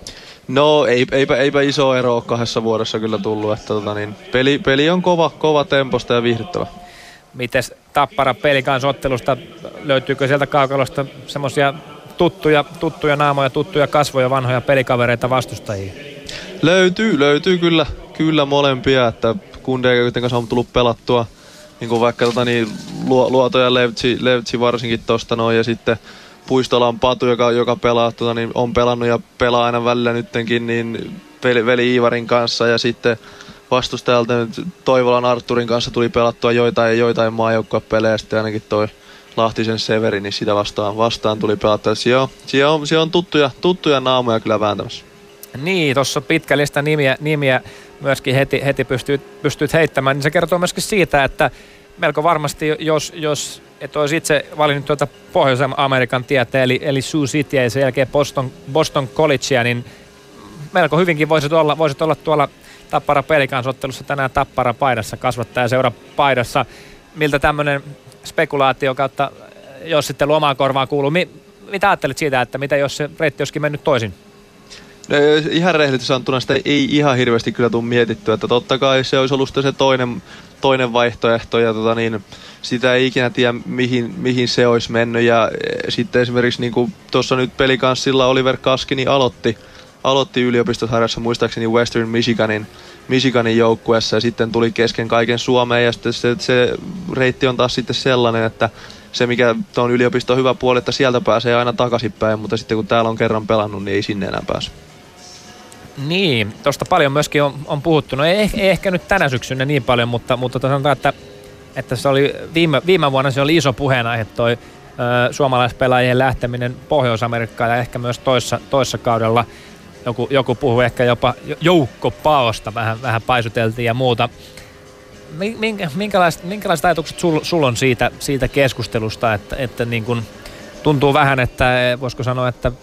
No ei, eipä, eipä iso ero ole kahdessa vuodessa kyllä tullut. Että, tota, niin, peli, peli on kova, kova temposta ja viihdyttävä. Mites Tappara Pelikans ottelusta, löytyykö sieltä kaukalosta semmoisia tuttuja, tuttuja naamoja, tuttuja kasvoja, vanhoja pelikavereita vastustajia? Löytyy, löytyy kyllä, kyllä molempia, että kundeja kanssa on tullut pelattua. Niin kuin vaikka tota, niin, Luoto ja Levtsi, Levtsi varsinkin tosta noin, ja sitten Puistolan Patu, joka, joka pelaa, tota, niin on pelannut ja pelaa aina välillä nyttenkin, niin veli, veli Iivarin kanssa ja sitten vastustajalta nyt Toivolan Arturin kanssa tuli pelattua joitain, joitain maajoukkuepelejä, sitten ainakin toi Lahtisen Severi, niin sitä vastaan, vastaan tuli pelattua. Siellä on, siellä on, siellä on tuttuja, tuttuja naamoja kyllä vääntämässä. Niin, tuossa pitkä lista nimiä, nimiä myöskin heti, heti pystyt, pystyt heittämään, niin se kertoo myöskin siitä, että melko varmasti, jos, jos et olisi itse valinnut tuota Pohjois-Amerikan tietä, eli, eli Sioux City ja sen jälkeen Boston, Boston Collegea, niin melko hyvinkin voisit olla, voisit olla tuolla Tappara Pelikansottelussa tänään Tappara paidassa, kasvattaja seura paidassa. Miltä tämmöinen spekulaatio kautta, jos sitten omaan korvaan kuuluu, Mi, mitä ajattelet siitä, että mitä jos se reitti olisikin mennyt toisin? No, ihan rehellisesti sanottuna sitä ei ihan hirveästi kyllä tule mietitty, että totta kai se olisi ollut se toinen, toinen vaihtoehto ja tota niin, sitä ei ikinä tiedä mihin, mihin se olisi mennyt ja sitten esimerkiksi niin kuin tuossa nyt Pelicansilla Oliver Kaskini aloitti, aloitti yliopistosarjassa muistaakseni Western Michiganin, Michiganin joukkueessa ja sitten tuli kesken kaiken Suomeen ja sitten se, se reitti on taas sitten sellainen, että se mikä on yliopiston hyvä puoli, että sieltä pääsee aina takaisinpäin, mutta sitten kun täällä on kerran pelannut, niin ei sinne enää pääse. Niin, tuosta paljon myöskin on, on puhuttu. No ei, ei ehkä nyt tänä syksynä niin paljon, mutta, mutta sanotaan, että, että se oli viime, viime vuonna se oli iso puheenaihe toi ö, suomalaispelaajien lähteminen Pohjois-Amerikkaan ja ehkä myös toissa, toissa kaudella joku, joku puhui ehkä jopa joukkopaosta, vähän, vähän paisuteltiin ja muuta. Minkä, minkälaiset, minkälaiset ajatukset sul, sul on siitä, siitä keskustelusta, että, että niin kun tuntuu vähän, että voisiko sanoa, että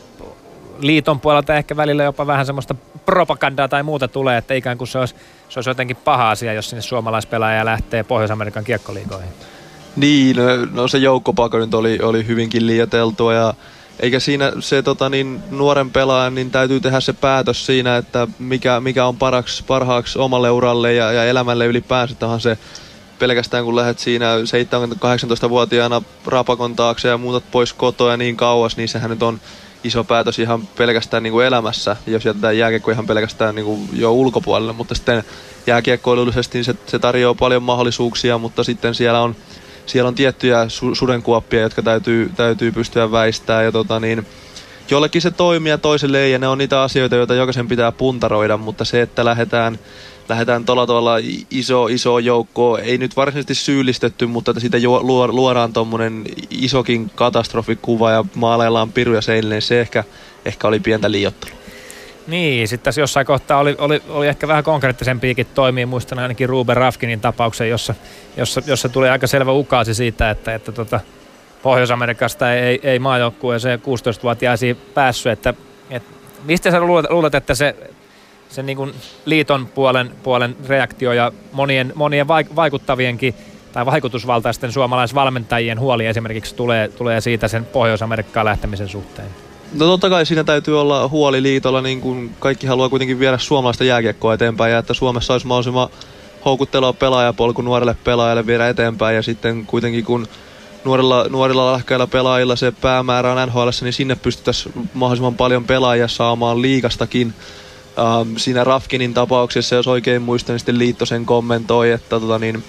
liiton puolelta ehkä välillä jopa vähän semmoista propagandaa tai muuta tulee, että ikään kuin se olisi, se olisi jotenkin paha asia, jos sinne suomalaispelaaja lähtee Pohjois-Amerikan kiekkoliigoihin. Niin, no se joukkopako nyt oli, oli hyvinkin liioiteltua ja eikä siinä se tota, niin, nuoren pelaajan niin täytyy tehdä se päätös siinä, että mikä, mikä on parhaaksi, parhaaksi omalle uralle ja, ja elämälle ylipäänsä. Tähän se pelkästään kun lähdet siinä seitsemäntoista-kahdeksantoista-vuotiaana rapakon taakse ja muutat pois kotoa ja niin kauas, niin sehän nyt on iso päätös ihan pelkästään niin kuin elämässä, jos jätetään jääkiekko ihan pelkästään niin kuin jo ulkopuolelle, mutta sitten jääkiekkoilullisesti niin se, se tarjoaa paljon mahdollisuuksia, mutta sitten siellä on, siellä on tiettyjä su- sudenkuoppia, jotka täytyy, täytyy pystyä väistämään ja tota niin, jollekin se toimii ja toiselle ei ja ne on niitä asioita, joita jokaisen pitää puntaroida, mutta se, että lähdetään Lähdetään tuolla tavalla iso, iso joukko, ei nyt varsinaisesti syyllistetty, mutta että siitä luodaan tuommoinen isokin katastrofikuva ja maalaillaan piruja seinille, niin se ehkä, ehkä oli pientä liioittelua. Niin, sitten tässä jossain kohtaa oli, oli, oli ehkä vähän konkreettisempiakin toimia. Muistan ainakin Ruben Rafkinin tapauksen, jossa, jossa, jossa tuli aika selvä ukaasi siitä, että, että tota, Pohjois-Amerikasta ei, ei maajoukkueeseen kuusitoistavuotiaisiin päässyt. Että, että mistä sä luulet, luulet että se... se niin kuin liiton puolen, puolen reaktio ja monien, monien vaikuttavienkin tai vaikutusvaltaisten suomalaisvalmentajien huoli esimerkiksi tulee, tulee siitä sen Pohjois-Amerikkaan lähtemisen suhteen? No totta kai siinä täytyy olla huoli liitolla, niin kuin kaikki haluaa kuitenkin viedä suomalaista jääkiekkoa eteenpäin ja että Suomessa olisi mahdollisimman houkuttelua pelaajapolku nuorelle pelaajalle viedä eteenpäin ja sitten kuitenkin kun nuorilla, nuorilla lahkeilla pelaajilla se päämäärä on N H L:ssä, niin sinne pystyttäisiin mahdollisimman paljon pelaajia saamaan liigastakin. Um, siinä Rafkinin tapauksessa, jos oikein muistan, niin sitten liitto sen kommentoi, että tota niin,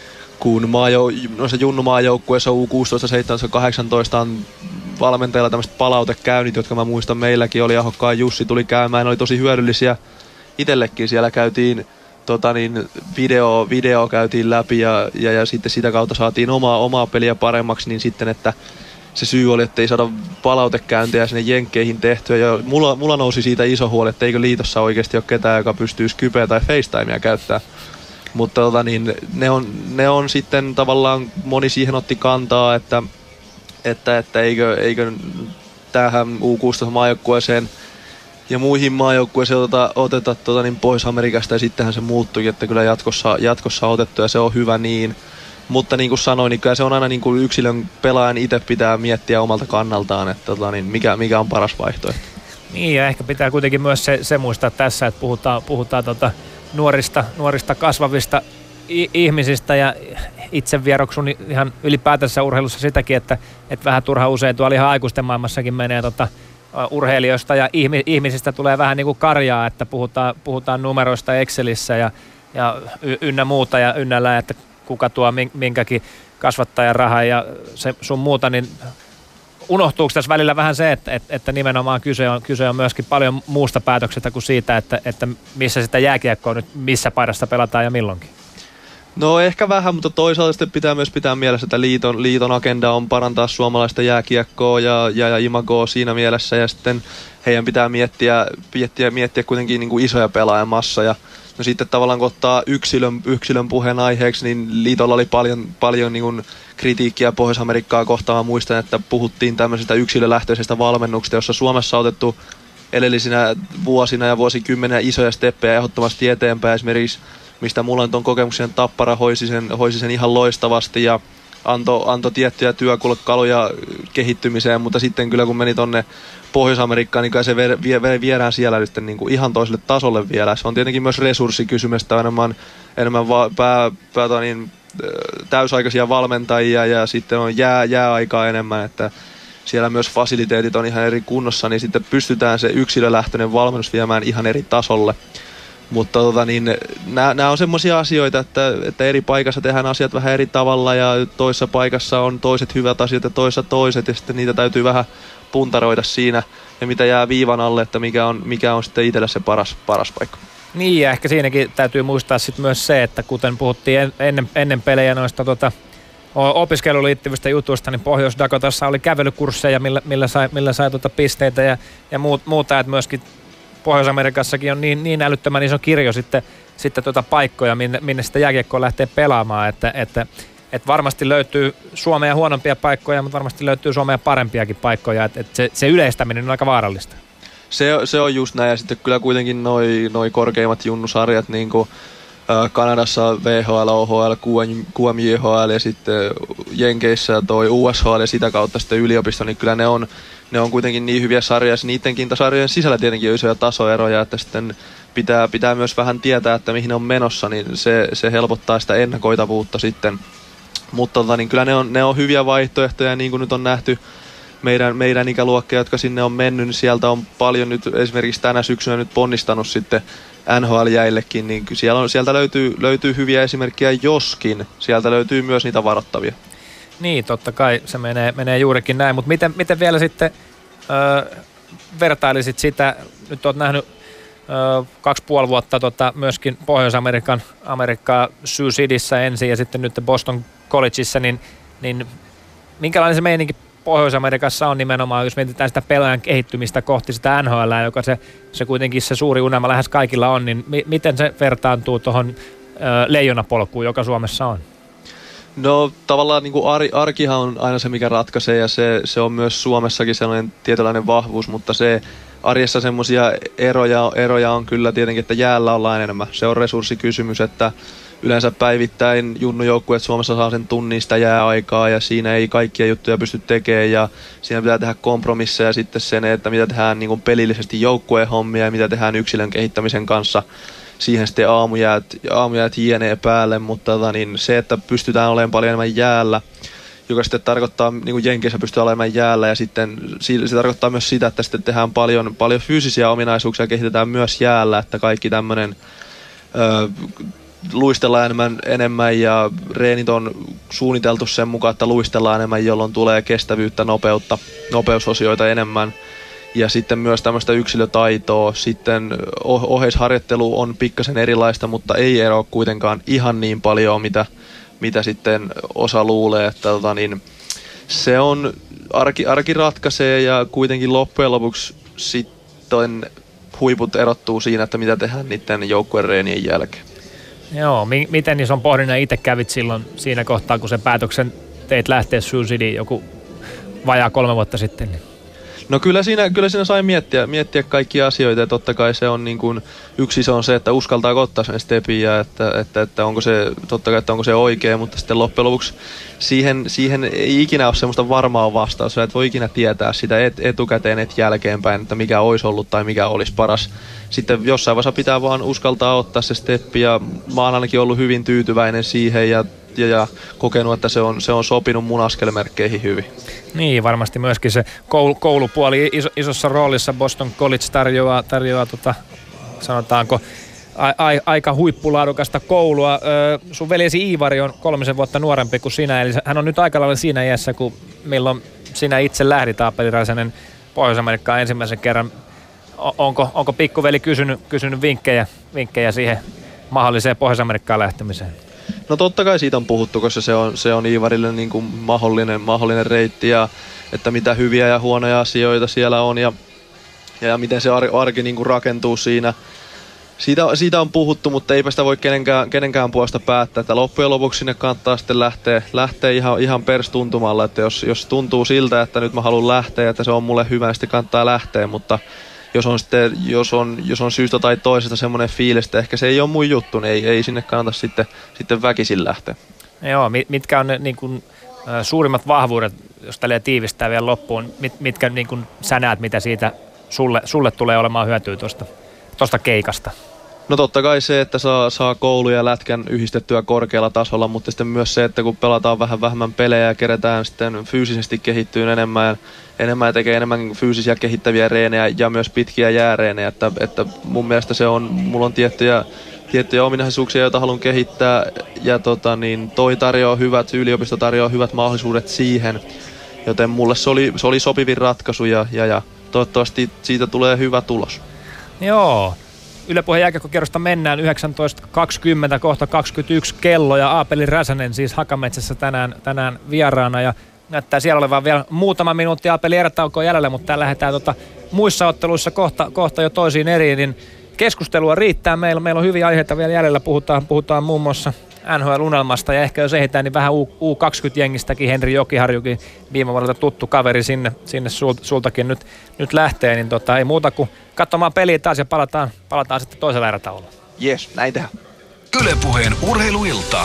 kun maajou- noissa junnumaajoukkueessa U kuusitoista, seitsemäntoista, kahdeksantoista on valmentajilla tämmöiset palautekäynnit, jotka mä muistan meilläkin oli, Ahokkaan Jussi tuli käymään, ne oli tosi hyödyllisiä itsellekin, siellä käytiin tota niin, video, video käytiin läpi ja, ja, ja sitten sitä kautta saatiin omaa, omaa peliä paremmaksi, niin sitten, että se syy oli, että ei saada palautekäyntiä sinne jenkkeihin tehtyä ja mulla, mulla nousi siitä iso huoli, että eikö liitossa oikeasti ole ketään, joka pystyy Skypeä tai FaceTimea käyttämään. Mutta tota, niin, ne, on, ne on sitten tavallaan, moni siihen otti kantaa, että, että, että eikö, eikö tähän U kuusitoista maajoukkueeseen ja muihin maajoukkueisiin oteta, oteta tota, niin Pohjois-Amerikasta ja sittenhän se muuttui, että kyllä jatkossa, jatkossa on otettu ja se on hyvä niin. Mutta niin kuin sanoin, niin kyllä se on aina niin kuin yksilön pelaajan itse pitää miettiä omalta kannaltaan, että tota, niin mikä, mikä on paras vaihtoehto. Niin ja ehkä pitää kuitenkin myös se, se muistaa tässä, että puhutaan, puhutaan tota nuorista, nuorista kasvavista i- ihmisistä ja itse vieroksun ihan ylipäätänsä urheilussa sitäkin, että, että vähän turha usein tuolla ihan aikuisten maailmassakin menee tota, urheilijoista ja ihmi, ihmisistä tulee vähän niin kuin karjaa, että puhutaan, puhutaan numeroista Excelissä ja, ja y- ynnä muuta ja ynnällä, että kuka tuo minkäkin kasvattajan rahaa ja se sun muuta, niin unohtuuko tässä välillä vähän se, että, että, että nimenomaan kyse on, kyse on myöskin paljon muusta päätöksestä kuin siitä, että, että missä sitä jääkiekkoa nyt, missä paidassa pelataan ja milloinkin? No ehkä vähän, mutta toisaalta sitten pitää myös pitää mielessä, että liiton, liiton agenda on parantaa suomalaista jääkiekkoa ja, ja, ja imagoa siinä mielessä, ja sitten heidän pitää miettiä, miettiä, miettiä kuitenkin niin kuin isoja pelaajamassoja. No sitten tavallaan kun ottaa yksilön, yksilön puheen aiheeksi, niin liitolla oli paljon, paljon niin kuin kritiikkiä Pohjois-Amerikkaa kohtaan. Mä muistan, että puhuttiin tämmöisestä yksilölähtöisestä valmennuksesta, jossa Suomessa on otettu edellisinä vuosina ja vuosikymmenenä isoja steppejä ehdottomasti eteenpäin. Esimerkiksi, mistä mulla on tuon kokemuksen, Tappara hoisi sen, hoisi sen ihan loistavasti ja antoi anto tiettyjä työkaluja kehittymiseen, mutta sitten kyllä kun meni tonne Pohjois-Amerikkaan, niin kai se vie, vie, viedään siellä nyt niin kuin ihan toiselle tasolle vielä. Se on tietenkin myös resurssikysymys, että on enemmän, enemmän va, pää, pää, niin, täysaikaisia valmentajia ja sitten on jää, jääaikaa enemmän, että siellä myös fasiliteetit on ihan eri kunnossa, niin sitten pystytään se yksilölähtöinen valmennus viemään ihan eri tasolle. Mutta tota, niin, nämä on semmoisia asioita, että, että eri paikassa tehdään asiat vähän eri tavalla ja toisessa paikassa on toiset hyvät asiat ja toisessa toiset ja sitten niitä täytyy vähän puntaroida siinä ja mitä jää viivan alle, että mikä on, mikä on sitten itselle se paras, paras paikka. Niin ja ehkä siinäkin täytyy muistaa sitten myös se, että kuten puhuttiin ennen, ennen pelejä noista tota, opiskeluun liittyvistä jutuista, niin Pohjois-Dakotassa oli kävelykursseja, millä, millä sai, millä sai tota pisteitä ja, ja muut, muuta, että myöskin Pohjois-Amerikassakin on niin, niin älyttömän iso kirjo sitten, sitten tuota paikkoja, minne, minne sitä jääkiekkoa lähtee pelaamaan, että, että, että varmasti löytyy Suomea huonompia paikkoja, mutta varmasti löytyy Suomea parempiakin paikkoja, että, että se, se yleistäminen on aika vaarallista. Se, se on just näin ja sitten kyllä kuitenkin noi, noi korkeimmat junnusarjat, niin kuin Kanadassa V H L, O H L, Q M J H L ja sitten Jenkeissä toi U S H L ja sitä kautta sitten yliopisto, niin kyllä ne on, ne on kuitenkin niin hyviä sarjoja. Niidenkin sarjojen sisällä tietenkin on isoja tasoeroja, että sitten pitää, pitää myös vähän tietää, että mihin ne on menossa, niin se, se helpottaa sitä ennakoitavuutta sitten. Mutta tota, niin kyllä ne on, ne on hyviä vaihtoehtoja, niin kuin nyt on nähty meidän, meidän ikäluokkia, jotka sinne on mennyt, niin sieltä on paljon nyt esimerkiksi tänä syksynä nyt ponnistanut sitten N H L-jäillekin, niin siellä on, sieltä löytyy, löytyy hyviä esimerkkejä, joskin sieltä löytyy myös niitä varoittavia. Niin, totta kai se menee, menee juurikin näin, mutta miten, miten vielä sitten öö, vertailisit sitä, nyt olet nähnyt öö, kaksi puoli vuotta tota, myöskin Pohjois-Amerikan Amerikkaa Sioux Cityssä ensin ja sitten nyt Boston Collegeissa, niin, niin minkälainen se meininki Pohjois-Amerikassa on nimenomaan, jos mietitään sitä pelaajan kehittymistä kohti sitä N H L, joka se, se kuitenkin se suuri unelma lähes kaikilla on, niin mi- miten se vertaantuu tuohon leijonapolkuun, joka Suomessa on? No tavallaan niin kuin ar- arkihan on aina se, mikä ratkaisee ja se, se on myös Suomessakin sellainen tietynlainen vahvuus, mutta se arjessa semmoisia eroja, eroja on kyllä tietenkin, että jäällä ollaan enemmän. Se on resurssikysymys, että yleensä päivittäin junnujoukkueet Suomessa saa sen tunnin sitä jääaikaa ja siinä ei kaikkia juttuja pysty tekemään ja siinä pitää tehdä kompromisseja sitten sen, että mitä tehdään niin kuin pelillisesti joukkueen hommia ja mitä tehdään yksilön kehittämisen kanssa. Siihen sitten aamujäät, aamujäät hienee päälle, mutta tota, niin se, että pystytään olemaan paljon enemmän jäällä, joka sitten tarkoittaa, niin kuin Jenkeissä pystyy olemaan jäällä ja sitten se tarkoittaa myös sitä, että sitten tehdään paljon, paljon fyysisiä ominaisuuksia ja kehitetään myös jäällä, että kaikki tämmöinen luistellaan enemmän, enemmän ja reenit on suunniteltu sen mukaan, että luistellaan enemmän, jolloin tulee kestävyyttä, nopeutta, nopeusosioita enemmän. Ja sitten myös tämmöistä yksilötaitoa. Sitten oheisharjoittelu on pikkasen erilaista, mutta ei eroa kuitenkaan ihan niin paljon, mitä, mitä sitten osa luulee. Että tota niin, se on, arki, arki ratkaisee ja kuitenkin loppujen lopuksi sitten huiput erottuu siinä, että mitä tehdään niiden joukkuereenien jälkeen. Joo, mi- miten ison pohdinnan itse kävit silloin siinä kohtaa, kun sen päätöksen teit lähteä Sioux Cityin joku vajaa kolme vuotta sitten? No kyllä siinä, kyllä siinä sai miettiä, miettiä kaikkia asioita ja totta kai se on niin kuin, yksi se on se, että uskaltaa ottaa sen stepin ja että, että, että onko se, totta kai, että onko se oikea, mutta sitten loppujen lopuksi siihen, siihen ei ikinä ole semmoista varmaa vastausta, et voi ikinä tietää sitä et, etukäteen et jälkeenpäin, että mikä olisi ollut tai mikä olisi paras. Sitten jossain vaiheessa pitää vaan uskaltaa ottaa se steppi ja mä oon ainakin ollut hyvin tyytyväinen siihen ja Ja, ja kokenut, että se on, se on sopinut mun askelmerkkeihin hyvin. Niin, varmasti myöskin se koulu, koulupuoli iso, isossa roolissa. Boston College tarjoaa, tarjoaa tota, sanotaanko, a, a, aika huippulaadukasta koulua. Ö, sun veljesi Iivari on kolmisen vuotta nuorempi kuin sinä, eli hän on nyt aika lailla siinä iässä, kun milloin sinä itse lähdit, Aapeli Räsänen, Pohjois-Amerikkaan ensimmäisen kerran. Onko, onko pikkuveli kysynyt, kysynyt vinkkejä, vinkkejä siihen mahdolliseen Pohjois-Amerikkaan lähtemiseen? No totta kai siitä on puhuttu, koska se on, se on Iivarille niin kuin mahdollinen, mahdollinen reitti ja että mitä hyviä ja huonoja asioita siellä on ja, ja miten se ar, arki niin kuin rakentuu siinä. Siitä, siitä on puhuttu, mutta eipä sitä voi kenenkään, kenenkään puolesta päättää, että loppujen lopuksi sinne kannattaa sitten lähteä, lähteä ihan, ihan perstuntumalla, että jos, jos tuntuu siltä, että nyt mä haluan lähteä, että se on mulle hyvä, niin sitten kannattaa lähteä, mutta jos on, sitten, jos on, jos on syystä tai toisesta semmoinen fiilis, että ehkä se ei ole mun juttu, niin ei, ei sinne kannata sitten, sitten väkisin lähteä. Joo, mitkä on ne niin kuin, suurimmat vahvuudet, jos tälleen tiivistää vielä loppuun, mit, mitkä niin kuin sä näet, mitä siitä sulle, sulle tulee olemaan hyötyä tuosta tuosta keikasta? No totta kai se, että saa, saa koulu ja lätkän yhdistettyä korkealla tasolla, mutta sitten myös se, että kun pelataan vähän vähemmän pelejä ja kerätään sitten fyysisesti kehittyä enemmän, enemmän ja tekee enemmän fyysisiä kehittäviä reenejä ja myös pitkiä jääreenejä, että, että mun mielestä se on, mulla on tiettyjä, tiettyjä ominaisuuksia, joita haluan kehittää ja tota, niin toi tarjoaa hyvät, yliopisto tarjoaa hyvät mahdollisuudet siihen, joten mulle se oli, se oli sopivin ratkaisu ja, ja, ja toivottavasti siitä tulee hyvä tulos. Joo. Yle Puheen jääkiekkokierrosta mennään yhdeksäntoista kaksikymmentä, kohta kaksikymmentäyksi kello ja Aapeli Räsänen siis Hakametsässä tänään, tänään vieraana ja näyttää siellä olevan vielä muutama minuutti Aapeli erätaukoa jäljellä, mutta täällä lähdetään tota, muissa otteluissa kohta, kohta jo toisiin eriin, niin keskustelua riittää. Meillä, meillä on hyviä aiheita vielä jäljellä, puhutaan, puhutaan muun muassa N H L-unelmasta ja ehkä jos ehditään, niin vähän U kaksikymmentä-jengistäkin, Henri Jokiharjukin viime vuodelta tuttu kaveri sinne, sinne sultakin nyt, nyt lähtee, niin tota, ei muuta kuin katsomaan peliä taas ja palataan, palataan sitten toisella erätaululla. Jes, näin tehdään. Yle Puheen urheiluilta.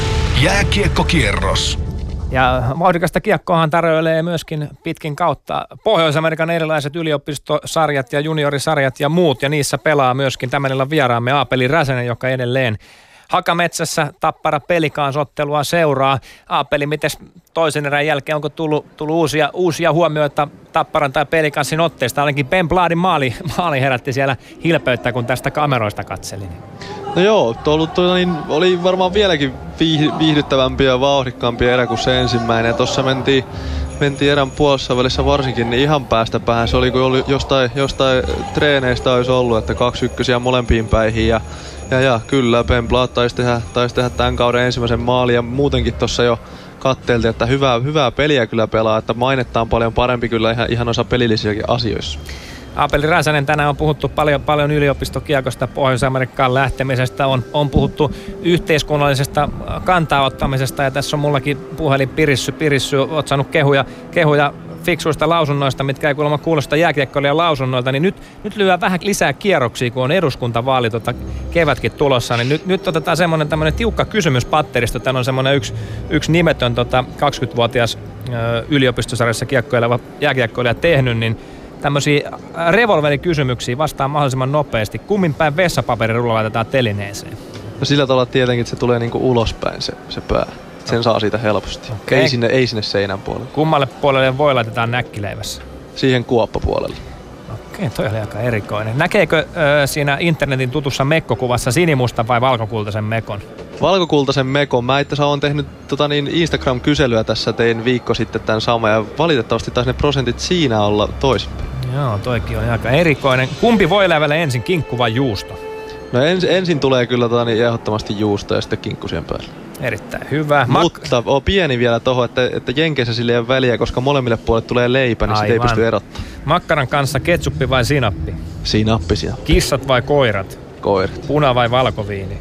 Jääkiekkokierros. Ja vauhdikasta kiekkoahan tarjoilee myöskin pitkin kautta Pohjois-Amerikan erilaiset yliopistosarjat ja juniorisarjat ja muut, ja niissä pelaa myöskin tämän illan vieraamme Aapeli Räsänen, joka edelleen Hakametsässä Tappara Pelikaans-ottelua seuraa. Aapeli, mites toisen erän jälkeen, onko tullut, tullut uusia, uusia huomioita Tapparan tai Pelikansin otteista? Ainakin Ben Bladin maali, maali herätti siellä hilpeyttä, kun tästä kameroista katselin. No joo, ollut, niin, oli varmaan vieläkin viihdyttävämpi ja vauhdikkaampi erä kuin se ensimmäinen. Tuossa mentiin, mentiin erän puolessa välissä varsinkin niin ihan päästä päähän. Se oli kuin oli jostain, jostain treeneistä olisi ollut, että kaksi ykkösiä molempiin päihin. Ja, ja, ja kyllä, Ben Blad taisi tehdä, taisi tehdä tämän kauden ensimmäisen maalin ja muutenkin tuossa jo katteltiin, että hyvää, hyvää peliä kyllä pelaa, että mainetta on paljon parempi kyllä ihan, ihan osa pelillisiäkin asioissa. Aapeli Räsänen, tänään on puhuttu paljon, paljon yliopistokiekosta, Pohjois-Amerikkaan lähtemisestä, on, on puhuttu yhteiskunnallisesta kantaa-ottamisesta ja tässä on mullakin puhelin pirissy, pirissy, oot saanut kehuja, kehuja fiksuista lausunnoista, mitkä ei kuulemma kuulosta jääkiekkoilijan lausunnoilta, niin nyt, nyt lyödään vähän lisää kierroksia, kun on eduskuntavaali tota, kevätkin tulossa, niin nyt, nyt otetaan semmoinen tämmöinen tiukka kysymys patterista. Täällä on semmoinen yksi, yksi nimetön tota, kaksikymmentävuotias ö, yliopistosarjassa kiekkoileva jääkiekkoilija tehnyt, niin tämmöisiä revolverikysymyksiä vastaan mahdollisimman nopeasti. Kummin päin vessapaperirulla laitetaan telineeseen? No sillä tavalla tietenkin, että se tulee niinku ulospäin se, se pää. Sen saa siitä helposti. Okay. Ei, sinne, ei sinne seinän puolelle. Kummalle puolelle voi laitetaan näkkileivässä? Siihen kuoppapuolelle. Okei, okay, toi oli aika erikoinen. Näkeekö ö, siinä internetin tutussa mekkokuvassa sinimusta vai valkokultaisen mekon? Valkokultaisen mekon. Mä itse olen tehnyt tota niin, Instagram-kyselyä tässä, tein viikko sitten tämän sama ja valitettavasti taisi ne prosentit siinä olla toisinpäin. Joo, toikin on aika erikoinen. Kumpi voi lävälle ensin, kinkku vai juusto? No ens, ensin tulee kyllä tota niin, ehdottomasti juusto ja sitten kinkku siihen päälle. Erittäin hyvä. Mak- Mutta on pieni vielä tohon, että, että Jenkeissä sille ei ole väliä, koska molemmille puolille tulee leipä, niin sitä ei pysty erottamaan. Makkaran kanssa ketsuppi vai sinappi? Sinappi, sinappi. Kissat vai koirat? Koirat. Puna vai valkoviini?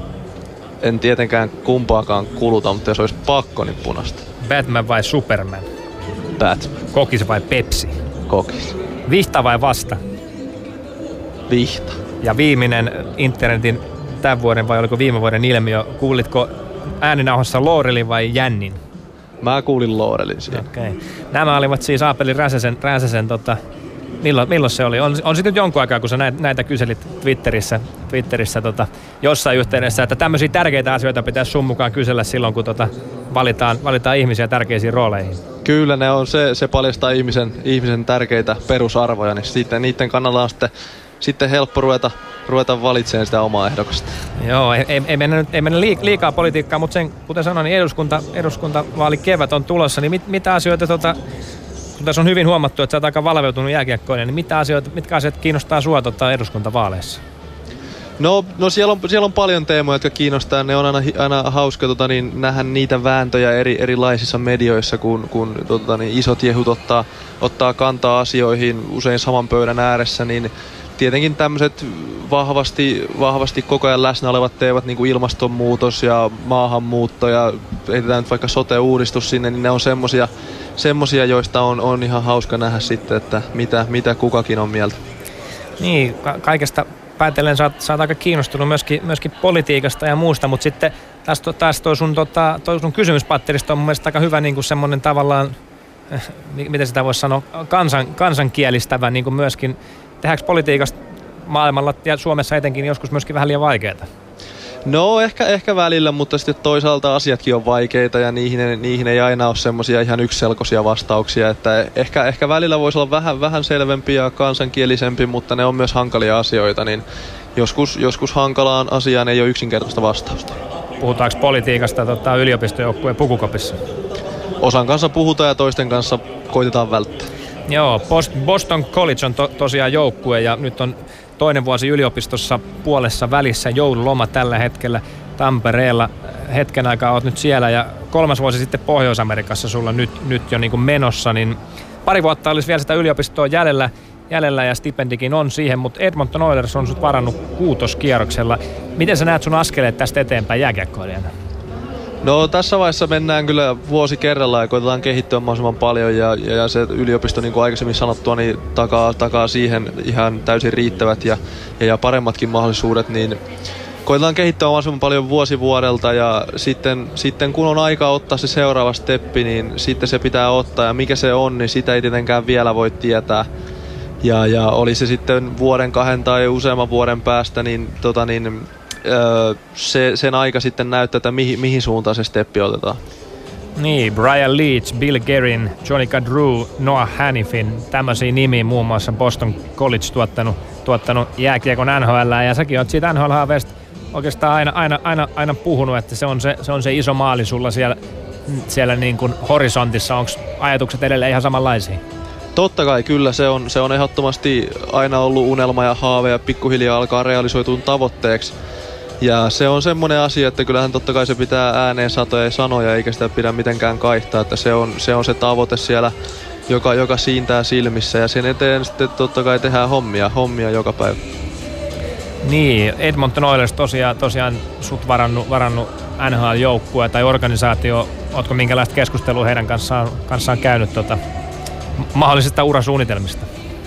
En tietenkään kumpaakaan kuluta, mutta jos olisi pakko, niin punasta. Batman vai Superman? Batman. Kokis vai Pepsi? Kokis. Vihta vai vasta? Vihta. Ja viimeinen internetin tämän vuoden vai oliko viime vuoden ilmiö, kuulitko ääninauhassa Loorelin vai Jännin? Mä kuulin Loorelin siihen. Okei. Okay. Nämä olivat siis Aapeli Räsäsen, Räsäsen tota, milloin, milloin se oli? On, on sitten jonkun aikaa, kun sä näitä, näitä kyselit Twitterissä, Twitterissä tota, jossain yhteydessä, että tämmöisiä tärkeitä asioita pitäisi sun mukaan kysellä silloin, kun tota, valitaan, valitaan ihmisiä tärkeisiin rooleihin. Kyllä, ne on se, se paljastaa ihmisen, ihmisen tärkeitä perusarvoja, niin sitten niiden kannalla on sitten Sitten helppo ruveta, ruveta valitsemaan sitä omaa ehdokasta. Joo, ei, ei, ei mennä, nyt, ei mennä liikaa politiikkaa, mutta sen, kuten sanoin, niin eduskunta, eduskuntavaali kevät on tulossa. Niin mit, mitä asioita tota, kun tässä on hyvin huomattu, että sä oot aika valveutunut jääkiekkoinen, niin mitä asioita, mitkä asiat kiinnostaa sua tota eduskuntavaaleissa? No, no siellä, on, siellä on paljon teemoja, jotka kiinnostaa. Ne on aina, aina hauska tota, niin, nähdä niitä vääntöjä eri, erilaisissa medioissa, kun, kun tota, niin, isot jehut ottaa, ottaa kantaa asioihin usein saman pöydän ääressä, niin tietenkin tämmöiset vahvasti, vahvasti koko ajan läsnä olevat teemat, niin kuin ilmastonmuutos ja maahanmuutto ja heitetään nyt vaikka sote-uudistus sinne, niin ne on semmosia, semmosia joista on, on ihan hauska nähdä sitten, että mitä, mitä kukakin on mieltä. Niin, ka- kaikesta päätellen sä oot, sä oot aika kiinnostunut myöskin, myöskin politiikasta ja muusta, mutta sitten taas, taas toi, sun, tota, toi sun kysymyspatteristo on mun mielestä aika hyvä niin kuin semmoinen tavallaan, äh, miten sitä voisi sanoa, kansan, kansankielistävä niin kuin myöskin. Tehdäänkö politiikasta maailmalla ja Suomessa etenkin joskus myöskin vähän liian vaikeaa? No ehkä, ehkä välillä, mutta sitten toisaalta asiatkin on vaikeita ja niihin, niihin ei aina ole semmoisia ihan ykselkoisia vastauksia. Että ehkä, ehkä välillä voisi olla vähän, vähän selvempi ja kansankielisempi, mutta ne on myös hankalia asioita, niin joskus, joskus hankalaan asiaan ei ole yksinkertaista vastausta. Puhutaanko politiikasta tota, yliopistojoukkueen pukukopissa? Osan kanssa puhutaan ja toisten kanssa koitetaan välttää. Joo, Boston College on to, tosiaan joukkue ja nyt on toinen vuosi yliopistossa puolessa välissä, joululoma tällä hetkellä Tampereella. Hetken aikaa oot nyt siellä ja kolmas vuosi sitten Pohjois-Amerikassa sulla nyt, nyt jo niin kuin menossa, niin pari vuotta olisi vielä sitä yliopistoa jäljellä, jäljellä ja stipendikin on siihen, mutta Edmonton Oilers on sut varannut kuutoskierroksella. Miten sä näet sun askeleet tästä eteenpäin jääkiekkoilijana? No tässä vaiheessa mennään kyllä vuosi kerrallaan ja koitetaan kehittyä mahdollisimman paljon ja, ja, ja se yliopisto, niin kuin aikaisemmin sanottua, niin takaa, takaa siihen ihan täysin riittävät ja, ja, ja paremmatkin mahdollisuudet, niin koitetaan kehittyä mahdollisimman paljon vuosi vuodelta ja sitten, sitten kun on aika ottaa se seuraava steppi, niin sitten se pitää ottaa ja mikä se on, niin sitä ei tietenkään vielä voi tietää. Ja, ja oli se sitten vuoden, kahden tai useamman vuoden päästä, niin, tota niin Se, sen aika sitten näyttää, että mihin, mihin suuntaan se steppi otetaan. Niin, Brian Leach, Bill Guerin, Johnny Gaudreau, Noah Hannifin, tämmöisiä nimiä muun muassa Boston College tuottanut, tuottanut jääkiekon N H L, ja säkin oot siitä N H L-haaveesta oikeastaan aina, aina, aina, aina puhunut, että se on se, se on se iso maali sulla siellä, siellä niin kuin horisontissa. Onko ajatukset edelleen ihan samanlaisia? Totta kai, kyllä. Se on, se on ehdottomasti aina ollut unelma ja haave ja pikkuhiljaa alkaa realisoitua tavoitteeksi. Ja se on semmoinen asia, että kyllähän totta kai se pitää ääneen satoja sanoja, eikä sitä pidä mitenkään kaihtaa, että se on se, on se tavoite siellä, joka, joka siintää silmissä, ja sen eteen sitten totta kai tehdään hommia, hommia joka päivä. Niin, Edmonton Oilers tosiaan, tosiaan sut varannut, varannut N H L-joukkue tai organisaatio, ootko minkälaista keskustelua heidän kanssaan, kanssaan käynyt tota, mahdollisista urasuunnitelmista?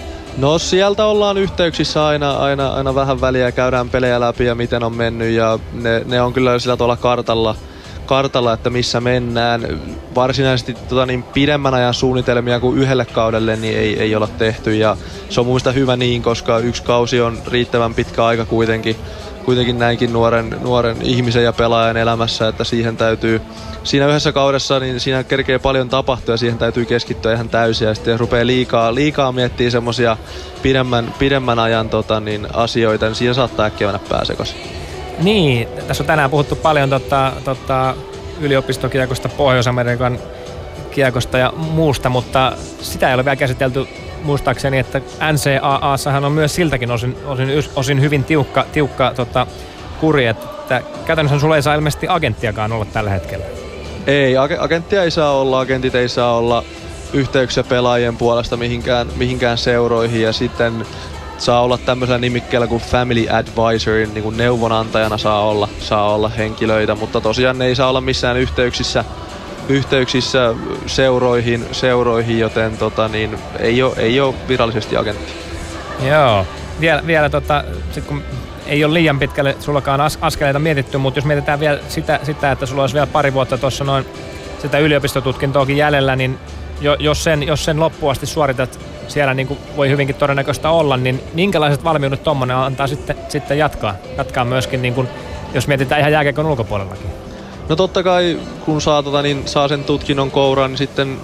No sieltä ollaan yhteyksissä aina, aina, aina vähän väliä ja käydään pelejä läpi ja miten on mennyt ja ne, ne on kyllä sillä tuolla kartalla, kartalla, että missä mennään. Varsinaisesti tota, niin pidemmän ajan suunnitelmia kuin yhdelle kaudelle niin ei, ei olla tehty ja se on mun mielestä hyvä niin, koska yksi kausi on riittävän pitkä aika kuitenkin, kuitenkin näinkin nuoren, nuoren ihmisen ja pelaajan elämässä, että siihen täytyy siinä yhdessä kaudessa niin siinä kerkee paljon tapahtua ja siihen täytyy keskittyä ihan täysin ja sitten jos rupeaa liikaa, liikaa miettimään semmosia pidemmän, pidemmän ajan tota, niin asioita, niin siinä saattaa äkkiä mennä pääsekosi. Niin, tässä on tänään puhuttu paljon tota, tota, yliopistokiekosta, Pohjois-Amerikan kiekosta ja muusta, mutta sitä ei ole vielä käsitelty muistaakseni, että N C A A:ssahan on myös siltäkin osin, osin, osin hyvin tiukka, tiukka tota, kuri, että käytännössä sulla ei saa ilmeisesti agenttiakaan olla tällä hetkellä. Ei, ag- agenttia ei saa olla, agentit ei saa olla yhteyksiä pelaajien puolesta mihinkään, mihinkään seuroihin ja sitten saa olla tämmöisellä nimikkeellä kuin Family Advisorin, niin kuin neuvonantajana saa olla, saa olla henkilöitä, mutta tosiaan ne ei saa olla missään yhteyksissä, yhteyksissä seuroihin, seuroihin joten tota, niin, ei ole, ei ole virallisesti agentti. Joo, vielä, vielä tota, sit kun ei ole liian pitkälle sullakaan as- askeleita mietitty, mutta jos mietitään vielä sitä, sitä että sulla olisi vielä pari vuotta tuossa noin sitä yliopistotutkintoakin jäljellä, niin jo, jos, sen, jos sen loppuun asti suoritat siellä niin kuin voi hyvinkin todennäköistä olla, niin minkälaiset valmiudet tuommoinen antaa sitten, sitten jatkaa? Jatkaa myöskin, niin kuin, jos mietitään ihan jääkiekon ulkopuolellakin. No totta kai, kun saa, tota, niin saa sen tutkinnon kouraan, niin sitten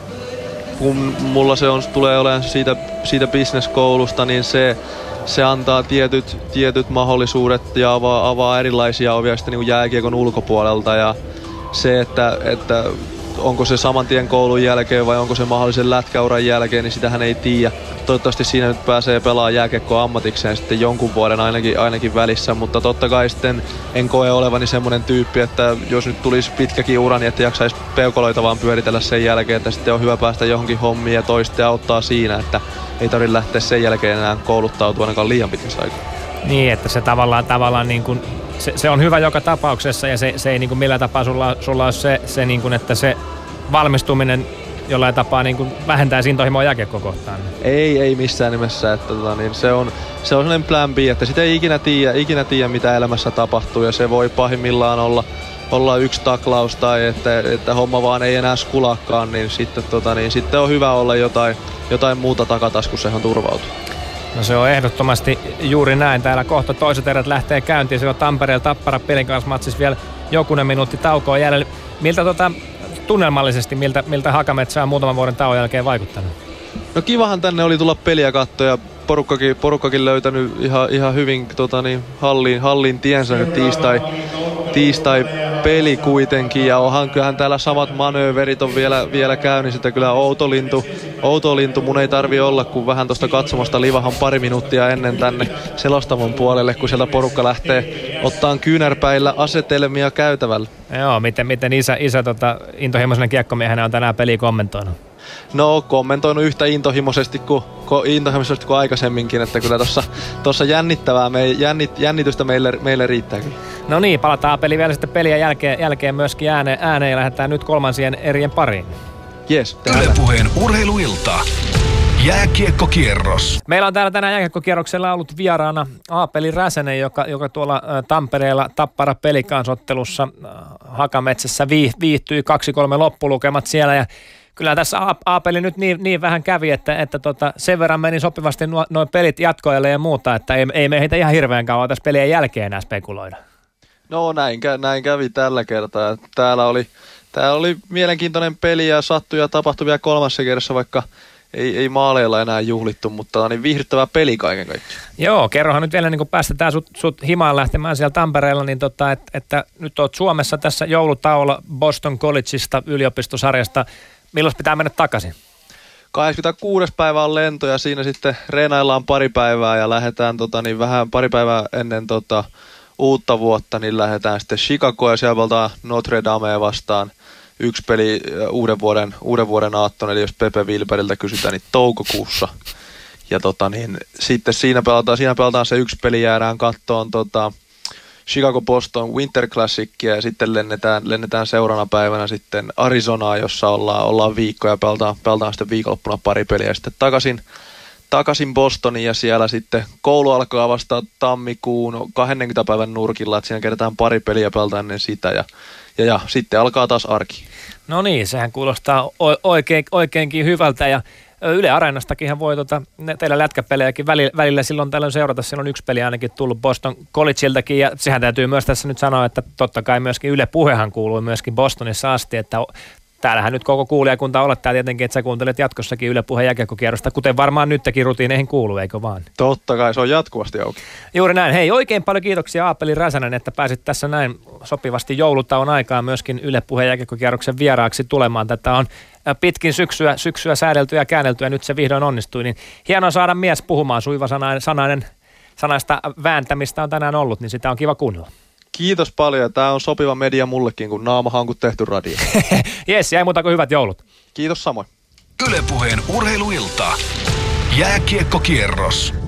kun mulla se on, tulee olemaan siitä, siitä business-koulusta, niin se, se antaa tietyt, tietyt mahdollisuudet ja avaa, avaa erilaisia ovia sitten niin kuin jääkiekon ulkopuolelta. Ja se, että, että onko se saman tien koulun jälkeen vai onko se mahdollisen lätkäuran jälkeen, niin sitähän ei tiedä. Toivottavasti siinä nyt pääsee pelaamaan jääkiekkoa ammatikseen sitten jonkun vuoden ainakin, ainakin välissä, mutta totta kai sitten en koe olevani semmoinen tyyppi, että jos nyt tulisi pitkäkin ura, niin että jaksaisi peukaloita vaan pyöritellä sen jälkeen, että sitten on hyvä päästä johonkin hommiin ja toisten auttaa siinä, että ei tarvitse lähteä sen jälkeen enää kouluttautua ainakaan liian pitkässä aikaa. Niin, että se tavallaan, tavallaan niin kuin, se, se on hyvä joka tapauksessa ja se, se ei niin kuin millään tapaa sulla, sulla ole se, se niin kuin, että se valmistuminen jollain tapaa niin kuin vähentää intohimoa jääkiekkoa kohtaan. Ei, ei missään nimessä. Että, tota, niin se on, se on sellainen plan B, että sitä ei ikinä tiedä, ikinä tiedä mitä elämässä tapahtuu ja se voi pahimmillaan olla, olla yksi taklaus tai että, että homma vaan ei enää skulaakaan, niin sitten, tota, niin sitten on hyvä olla jotain, jotain muuta takataskussa, johon turvautuu. No se on ehdottomasti juuri näin. Täällä kohta toiset erät lähtee käyntiin. Se on Tampereella Tappara Pelin kanssa matsissa vielä jokunen minuutti taukoa jäljellä. Miltä tota, tunnelmallisesti, miltä, miltä Hakametsä on muutaman vuoden tauon jälkeen vaikuttanut? No kivahan tänne oli tulla peliä katsoa ja porukkakin, porukkakin löytänyt ihan, ihan hyvin tota niin, halliin, halliin tiensä nyt tiistai, tiistai peli kuitenkin ja onhan kyllähän täällä samat manööverit on vielä, vielä käynnissä, että kyllä outo lintu, outo lintu mun ei tarvi olla, kun vähän tuosta katsomasta livahan pari minuuttia ennen tänne selostamon puolelle, kun sieltä porukka lähtee ottaan kyynärpäillä asetelmia käytävällä. Joo, miten, miten isä, isä tota, intohimoisena kiekkomiehenä on tänään peliä kommentoinut? No, kommentoinut yhtä intohimoisesti kuin, intohimoisesti kuin aikaisemminkin, että kyllä tuossa, tuossa jännittävää, me, jännit, jännitystä meille, meille riittää kyllä. No niin, palataan peli vielä sitten peliä jälkeen, jälkeen myöskin ääneen, ääneen ja lähdetään nyt kolmansien erien pariin. Jes, Yle Puheen urheiluilta. Jääkiekkokierros. Meillä on täällä tänään jääkiekkokierroksella ollut vieraana Aapeli Räsänen, joka, joka tuolla Tampereella Tappara Pelikansottelussa Hakametsässä viihtyi kaksi kolme loppulukemat siellä ja kyllä tässä Aapeli nyt niin, niin vähän kävi, että, että tota, sen verran meni sopivasti nuo, nuo pelit jatkoille ja muuta, että ei, ei me heitä ihan hirveän kauan tässä pelien jälkeen enää spekuloida. No näin, näin kävi tällä kertaa. Täällä oli, täällä oli mielenkiintoinen peli ja sattui ja tapahtui vielä kolmassa kerrassa, vaikka ei, ei maaleilla enää juhlittu, mutta niin viihdyttävä peli kaiken kaikkiaan. Joo, kerrohan nyt vielä, niin kun päästetään sut, sut himaan lähtemään siellä Tampereella, niin tota, että, että nyt oot Suomessa tässä joulutauolla Boston Collegeista yliopistosarjasta. Milloin pitää mennä takaisin? kahdeskymmeneskuudes päivä on lento ja siinä sitten reenaillaan pari päivää ja lähdetään tota, niin vähän pari päivää ennen tota, uutta vuotta, niin lähdetään sitten Chicagoon ja siellä valtaan Notre Damea vastaan. Yksi peli uuden vuoden, uuden vuoden aattona, eli jos Pepe Wilberiltä kysytään, niin toukokuussa. Ja tota, niin, sitten siinä pelataan, siinä pelataan se yksi peli, jäädään kattoon tota, Chicago-Boston Winter Classicia ja sitten lennetään, lennetään seuraavana päivänä sitten Arizonaa, jossa ollaan, ollaan viikko ja pelataan, pelataan sitten viikonloppuna pari peliä ja sitten takaisin, takaisin Bostoniin ja siellä sitten koulu alkaa vasta tammikuun kaksikymmentä päivän nurkilla, että siinä kerätään pari peliä ja pelataan ennen sitä ja, ja, ja sitten alkaa taas arki. No niin, sehän kuulostaa oikein, oikeinkin hyvältä ja Yle Areenastakinhan voi tota, teillä lätkäpelejäkin välillä, välillä silloin tällöin seurata. Siellä on yksi peli ainakin tullut Boston Collegeiltakin ja sehän täytyy myös tässä nyt sanoa, että totta kai myöskin Yle Puhehan kuuluu myöskin Bostonissa asti, että täällähän nyt koko kuulijakunta olettaa tietenkin, että sä kuuntelet jatkossakin Yle Puheen jääkiekkokierrosta, kuten varmaan nytkin rutiineihin kuuluu, eikö vaan? Totta kai, se on jatkuvasti auki. Juuri näin. Hei, oikein paljon kiitoksia Aapeli Räsänen, että pääsit tässä näin sopivasti joulutauon aikaan myöskin Yle Puheen jääkiekkokierroksen vieraaksi tulemaan. Tätä on pitkin syksyä, syksyä säädelty ja käännelty ja nyt se vihdoin onnistui. Niin hienoa saada mies puhumaan, suiva sanainen, sanainen, sanaista vääntämistä on tänään ollut, niin sitä on kiva kuunnella. Kiitos paljon. Tämä on sopiva media mullekin, kun naamahan on tehty radio. Jes, jäi muuta kuin hyvät joulut. Kiitos samoin. Yle Puheen urheiluilta. Jääkiekkokierros.